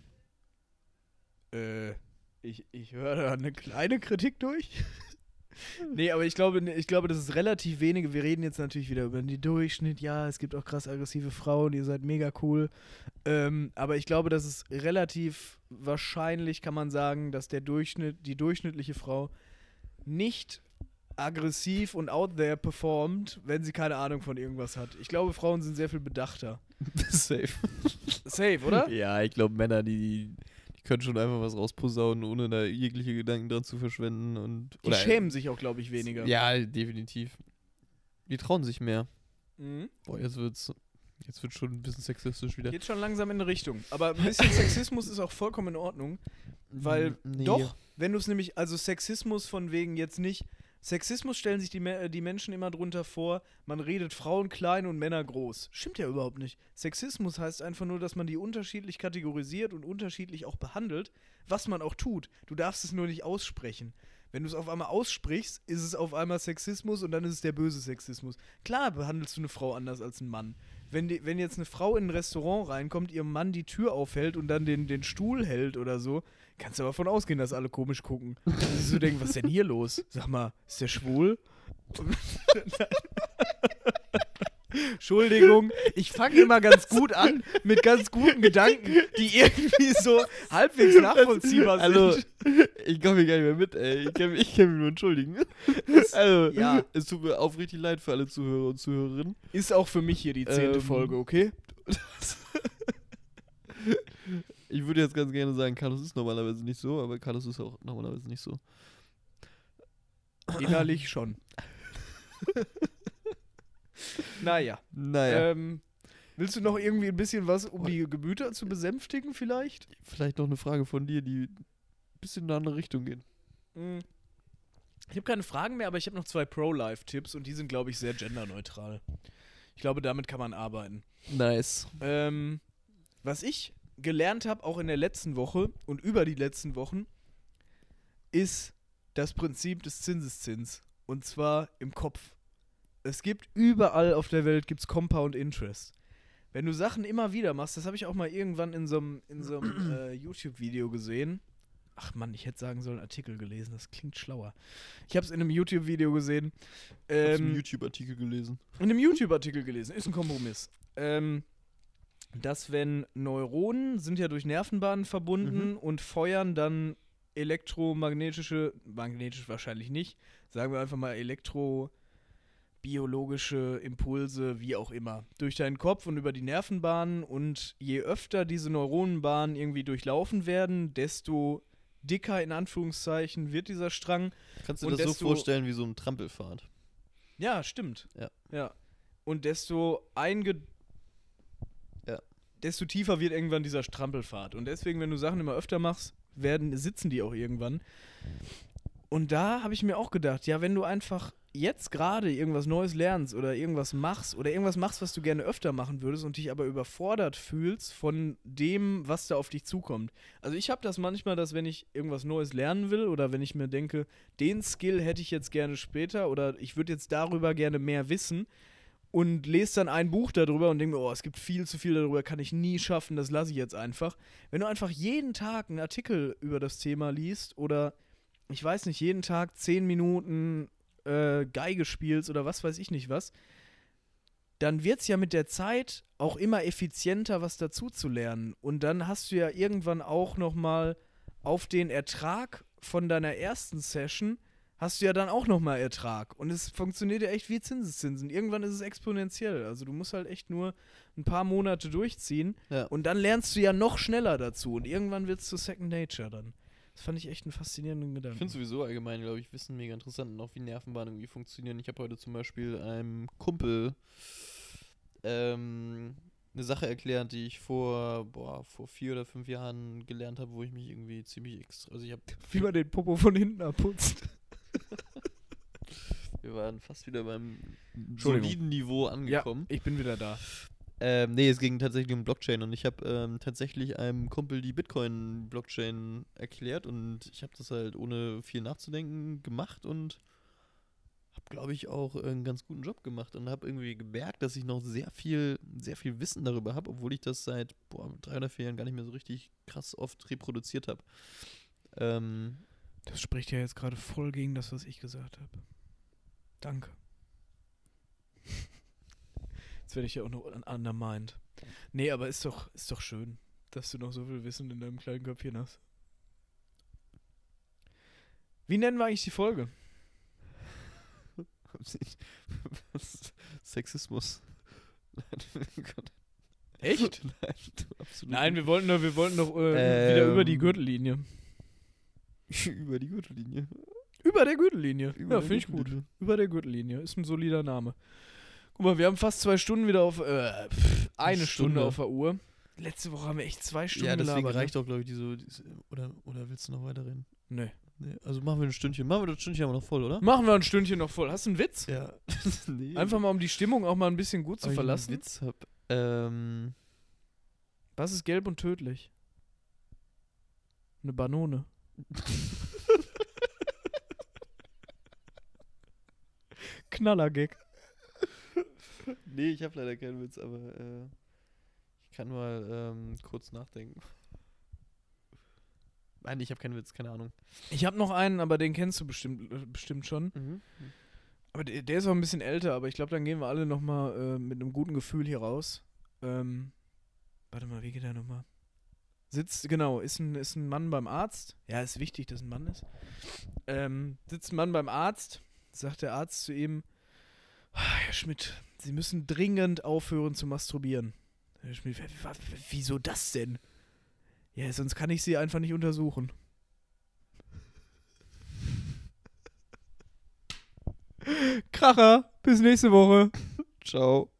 ey.
Äh, ich, ich höre da eine kleine Kritik durch. Nee, aber ich glaube, ich glaube, das ist relativ wenige. Wir reden jetzt natürlich wieder über den Durchschnitt. Ja, es gibt auch krass aggressive Frauen, ihr seid mega cool. Ähm, aber ich glaube, das ist relativ wahrscheinlich, kann man sagen, dass der Durchschnitt, die durchschnittliche Frau nicht aggressiv und out there performt, wenn sie keine Ahnung von irgendwas hat. Ich glaube, Frauen sind sehr viel bedachter.
Safe.
Safe, oder?
Ja, ich glaube, Männer, die, die können schon einfach was rausposaunen, ohne da jegliche Gedanken dran zu verschwenden. Und,
Die schämen sich auch, glaube ich, weniger.
Ja, definitiv. Die trauen sich mehr.
Mhm.
Boah, jetzt wird's, jetzt wird's schon ein bisschen sexistisch wieder.
Geht schon langsam in eine Richtung. Aber ein bisschen Sexismus ist auch vollkommen in Ordnung. Weil,
Mm, nee.
doch, wenn du es nämlich, also Sexismus von wegen jetzt nicht, Sexismus stellen sich die, Me- die Menschen immer drunter vor, man redet Frauen klein und Männer groß. Stimmt ja überhaupt nicht. Sexismus heißt einfach nur, dass man die unterschiedlich kategorisiert und unterschiedlich auch behandelt, was man auch tut. Du darfst es nur nicht aussprechen. Wenn du es auf einmal aussprichst, ist es auf einmal Sexismus und dann ist es der böse Sexismus. Klar behandelst du eine Frau anders als ein Mann. Wenn, die, wenn jetzt eine Frau in ein Restaurant reinkommt, ihrem Mann die Tür aufhält und dann den, den Stuhl hält oder so, kannst du aber davon ausgehen, dass alle komisch gucken. Und sie so denken, was ist denn hier los? Sag mal, ist der schwul? Entschuldigung, ich fange immer ganz gut an mit ganz guten Gedanken, die irgendwie so halbwegs nachvollziehbar sind.
Also, ich komme hier gar nicht mehr mit, ey. Ich kann, mich- ich kann mich nur entschuldigen. Also,
ja.
es tut mir aufrichtig leid für alle Zuhörer und Zuhörerinnen.
Ist auch für mich hier die zehnte
Ähm,
Folge, okay?
Ich würde jetzt ganz gerne sagen, Carlos ist normalerweise nicht so, aber Carlos ist auch normalerweise nicht so.
Innerlich schon. Naja.
Naja,
Ähm, willst du noch irgendwie ein bisschen was, um die Gemüter zu besänftigen vielleicht?
vielleicht noch eine Frage von dir, die ein bisschen in eine andere Richtung geht.
Hm. Ich habe keine Fragen mehr, aber ich habe noch zwei Pro-Life-Tipps und die sind, glaube ich, sehr genderneutral. Ich glaube, damit kann man arbeiten.
Nice.
Ähm, was ich gelernt habe, auch in der letzten Woche und über die letzten Wochen, ist das Prinzip des Zinseszins. Und zwar im Kopf. Es gibt überall auf der Welt gibt's Compound Interest. wenn du Sachen immer wieder machst, das habe ich auch mal irgendwann in so einem in so einem äh, YouTube-Video gesehen. Ach Mann, ich hätte sagen sollen, Artikel gelesen, das klingt schlauer. Ich habe es in einem YouTube-Video gesehen.
Ich habe
Ähm,
einen YouTube-Artikel gelesen.
in einem YouTube-Artikel gelesen, ist ein Kompromiss. Ähm, dass wenn Neuronen sind ja durch Nervenbahnen verbunden
Mhm.
und feuern dann elektromagnetische, magnetisch wahrscheinlich nicht, sagen wir einfach mal elektrobiologische Impulse, wie auch immer, durch deinen Kopf und über die Nervenbahnen, und je öfter diese Neuronenbahnen irgendwie durchlaufen werden, desto dicker in Anführungszeichen wird dieser Strang.
Kannst du
Und
dir das so
desto-
vorstellen wie so ein Trampelpfad?
Ja, stimmt.
Ja.
Ja. Und desto einge...
Ja.
desto tiefer wird irgendwann dieser Strampelpfad. Und deswegen, wenn du Sachen immer öfter machst, werden, sitzen die auch irgendwann. Und da habe ich mir auch gedacht, ja, wenn du einfach jetzt gerade irgendwas Neues lernst oder irgendwas machst oder irgendwas machst, was du gerne öfter machen würdest und dich aber überfordert fühlst von dem, was da auf dich zukommt. Also ich habe das manchmal, dass wenn ich irgendwas Neues lernen will oder wenn ich mir denke, den Skill hätte ich jetzt gerne später oder ich würde jetzt darüber gerne mehr wissen und lese dann ein Buch darüber und denke mir, oh, es gibt viel zu viel darüber, kann ich nie schaffen, das lasse ich jetzt einfach. Wenn du einfach jeden Tag einen Artikel über das Thema liest oder ich weiß nicht, jeden Tag zehn Minuten äh, Geige spielst oder was weiß ich nicht was, dann wird es ja mit der Zeit auch immer effizienter, was dazu zu lernen. Und dann hast du ja irgendwann auch nochmal auf den Ertrag von deiner ersten Session, hast du ja dann auch nochmal Ertrag. Und es funktioniert ja echt wie Zinseszinsen. Irgendwann ist es exponentiell. Also du musst halt echt nur ein paar Monate durchziehen
Ja.
und dann lernst du ja noch schneller dazu. Und irgendwann wird es zu Second Nature dann. Das fand ich echt einen faszinierenden
Ich
Gedanken.
finde sowieso allgemein, glaube ich, Wissen mega interessant und auch wie Nervenbahnen irgendwie funktionieren. Ich habe heute zum Beispiel einem Kumpel ähm, eine Sache erklärt, die ich vor, boah, vor vier oder fünf Jahren gelernt habe, wo ich mich irgendwie ziemlich extra, also ich habe,
Wie man den Popo von hinten abputzt.
wir waren fast wieder beim
Entschuldigung.
soliden Niveau angekommen.
Ich bin wieder da.
Ähm, nee, es ging tatsächlich um Blockchain und ich habe ähm, tatsächlich einem Kumpel die Bitcoin-Blockchain erklärt und ich habe das halt ohne viel nachzudenken gemacht und habe, glaube ich, auch einen ganz guten Job gemacht und habe irgendwie gemerkt, dass ich noch sehr viel, sehr viel Wissen darüber habe, obwohl ich das seit boah, drei oder vier Jahren gar nicht mehr so richtig krass oft reproduziert habe. Ähm,
Das spricht ja jetzt gerade voll gegen das, was ich gesagt habe. Danke. Jetzt werde ich ja auch noch un- undermined. Nee, aber ist doch, ist doch schön, dass du noch so viel Wissen in deinem kleinen Köpfchen hast. Wie nennen wir eigentlich die Folge?
Sexismus. Nein, Gott.
Echt?
Nein, absolut
Nein,
nicht.
wir wollten doch, wir wollten doch äh, wieder über die
Ähm.
Gürtellinie.
Über die Gürtellinie.
Über der Gürtellinie.
Über
ja,
der
finde ich gut.
Gürtellinie.
Über der Gürtellinie. Ist ein solider Name. Guck mal, wir haben fast zwei Stunden wieder auf, äh, pff, eine Stunde.
Stunde.
auf der Uhr. Letzte Woche haben wir echt zwei Stunden
Ja, deswegen
gelabert, ne?
reicht auch, glaube ich, diese, diese oder, oder willst du noch weiterreden?
Nee.
Nee, also machen wir ein Stündchen. Machen wir das Stündchen aber noch voll, oder?
Machen wir ein Stündchen noch voll. Hast du einen Witz?
Ja. nee.
Einfach mal, um die Stimmung auch mal ein bisschen gut zu
Ob ich einen
verlassen.
Witz hab. Ähm,
Was ist gelb und tödlich? Eine Banone. Knallergag.
nee, ich habe leider keinen Witz, aber äh, ich kann mal ähm, kurz nachdenken. Nein, ich habe keinen Witz, keine Ahnung.
Ich habe noch einen, aber den kennst du bestimmt, äh, bestimmt schon.
Mhm.
Aber der, der ist auch ein bisschen älter, aber ich glaube, dann gehen wir alle nochmal äh, mit einem guten Gefühl hier raus. Ähm, warte mal, wie geht der nochmal? Sitzt, genau, ist ein, ist ein Mann beim Arzt. Ja, ist wichtig, dass ein Mann ist. Ähm, sitzt ein Mann beim Arzt, sagt der Arzt zu ihm, "Ah, Herr Schmidt, Sie müssen dringend aufhören zu masturbieren. Herr Schmidt, "W- w- wieso das denn? Ja, sonst kann ich Sie einfach nicht untersuchen. Kracher, bis nächste Woche.
Ciao.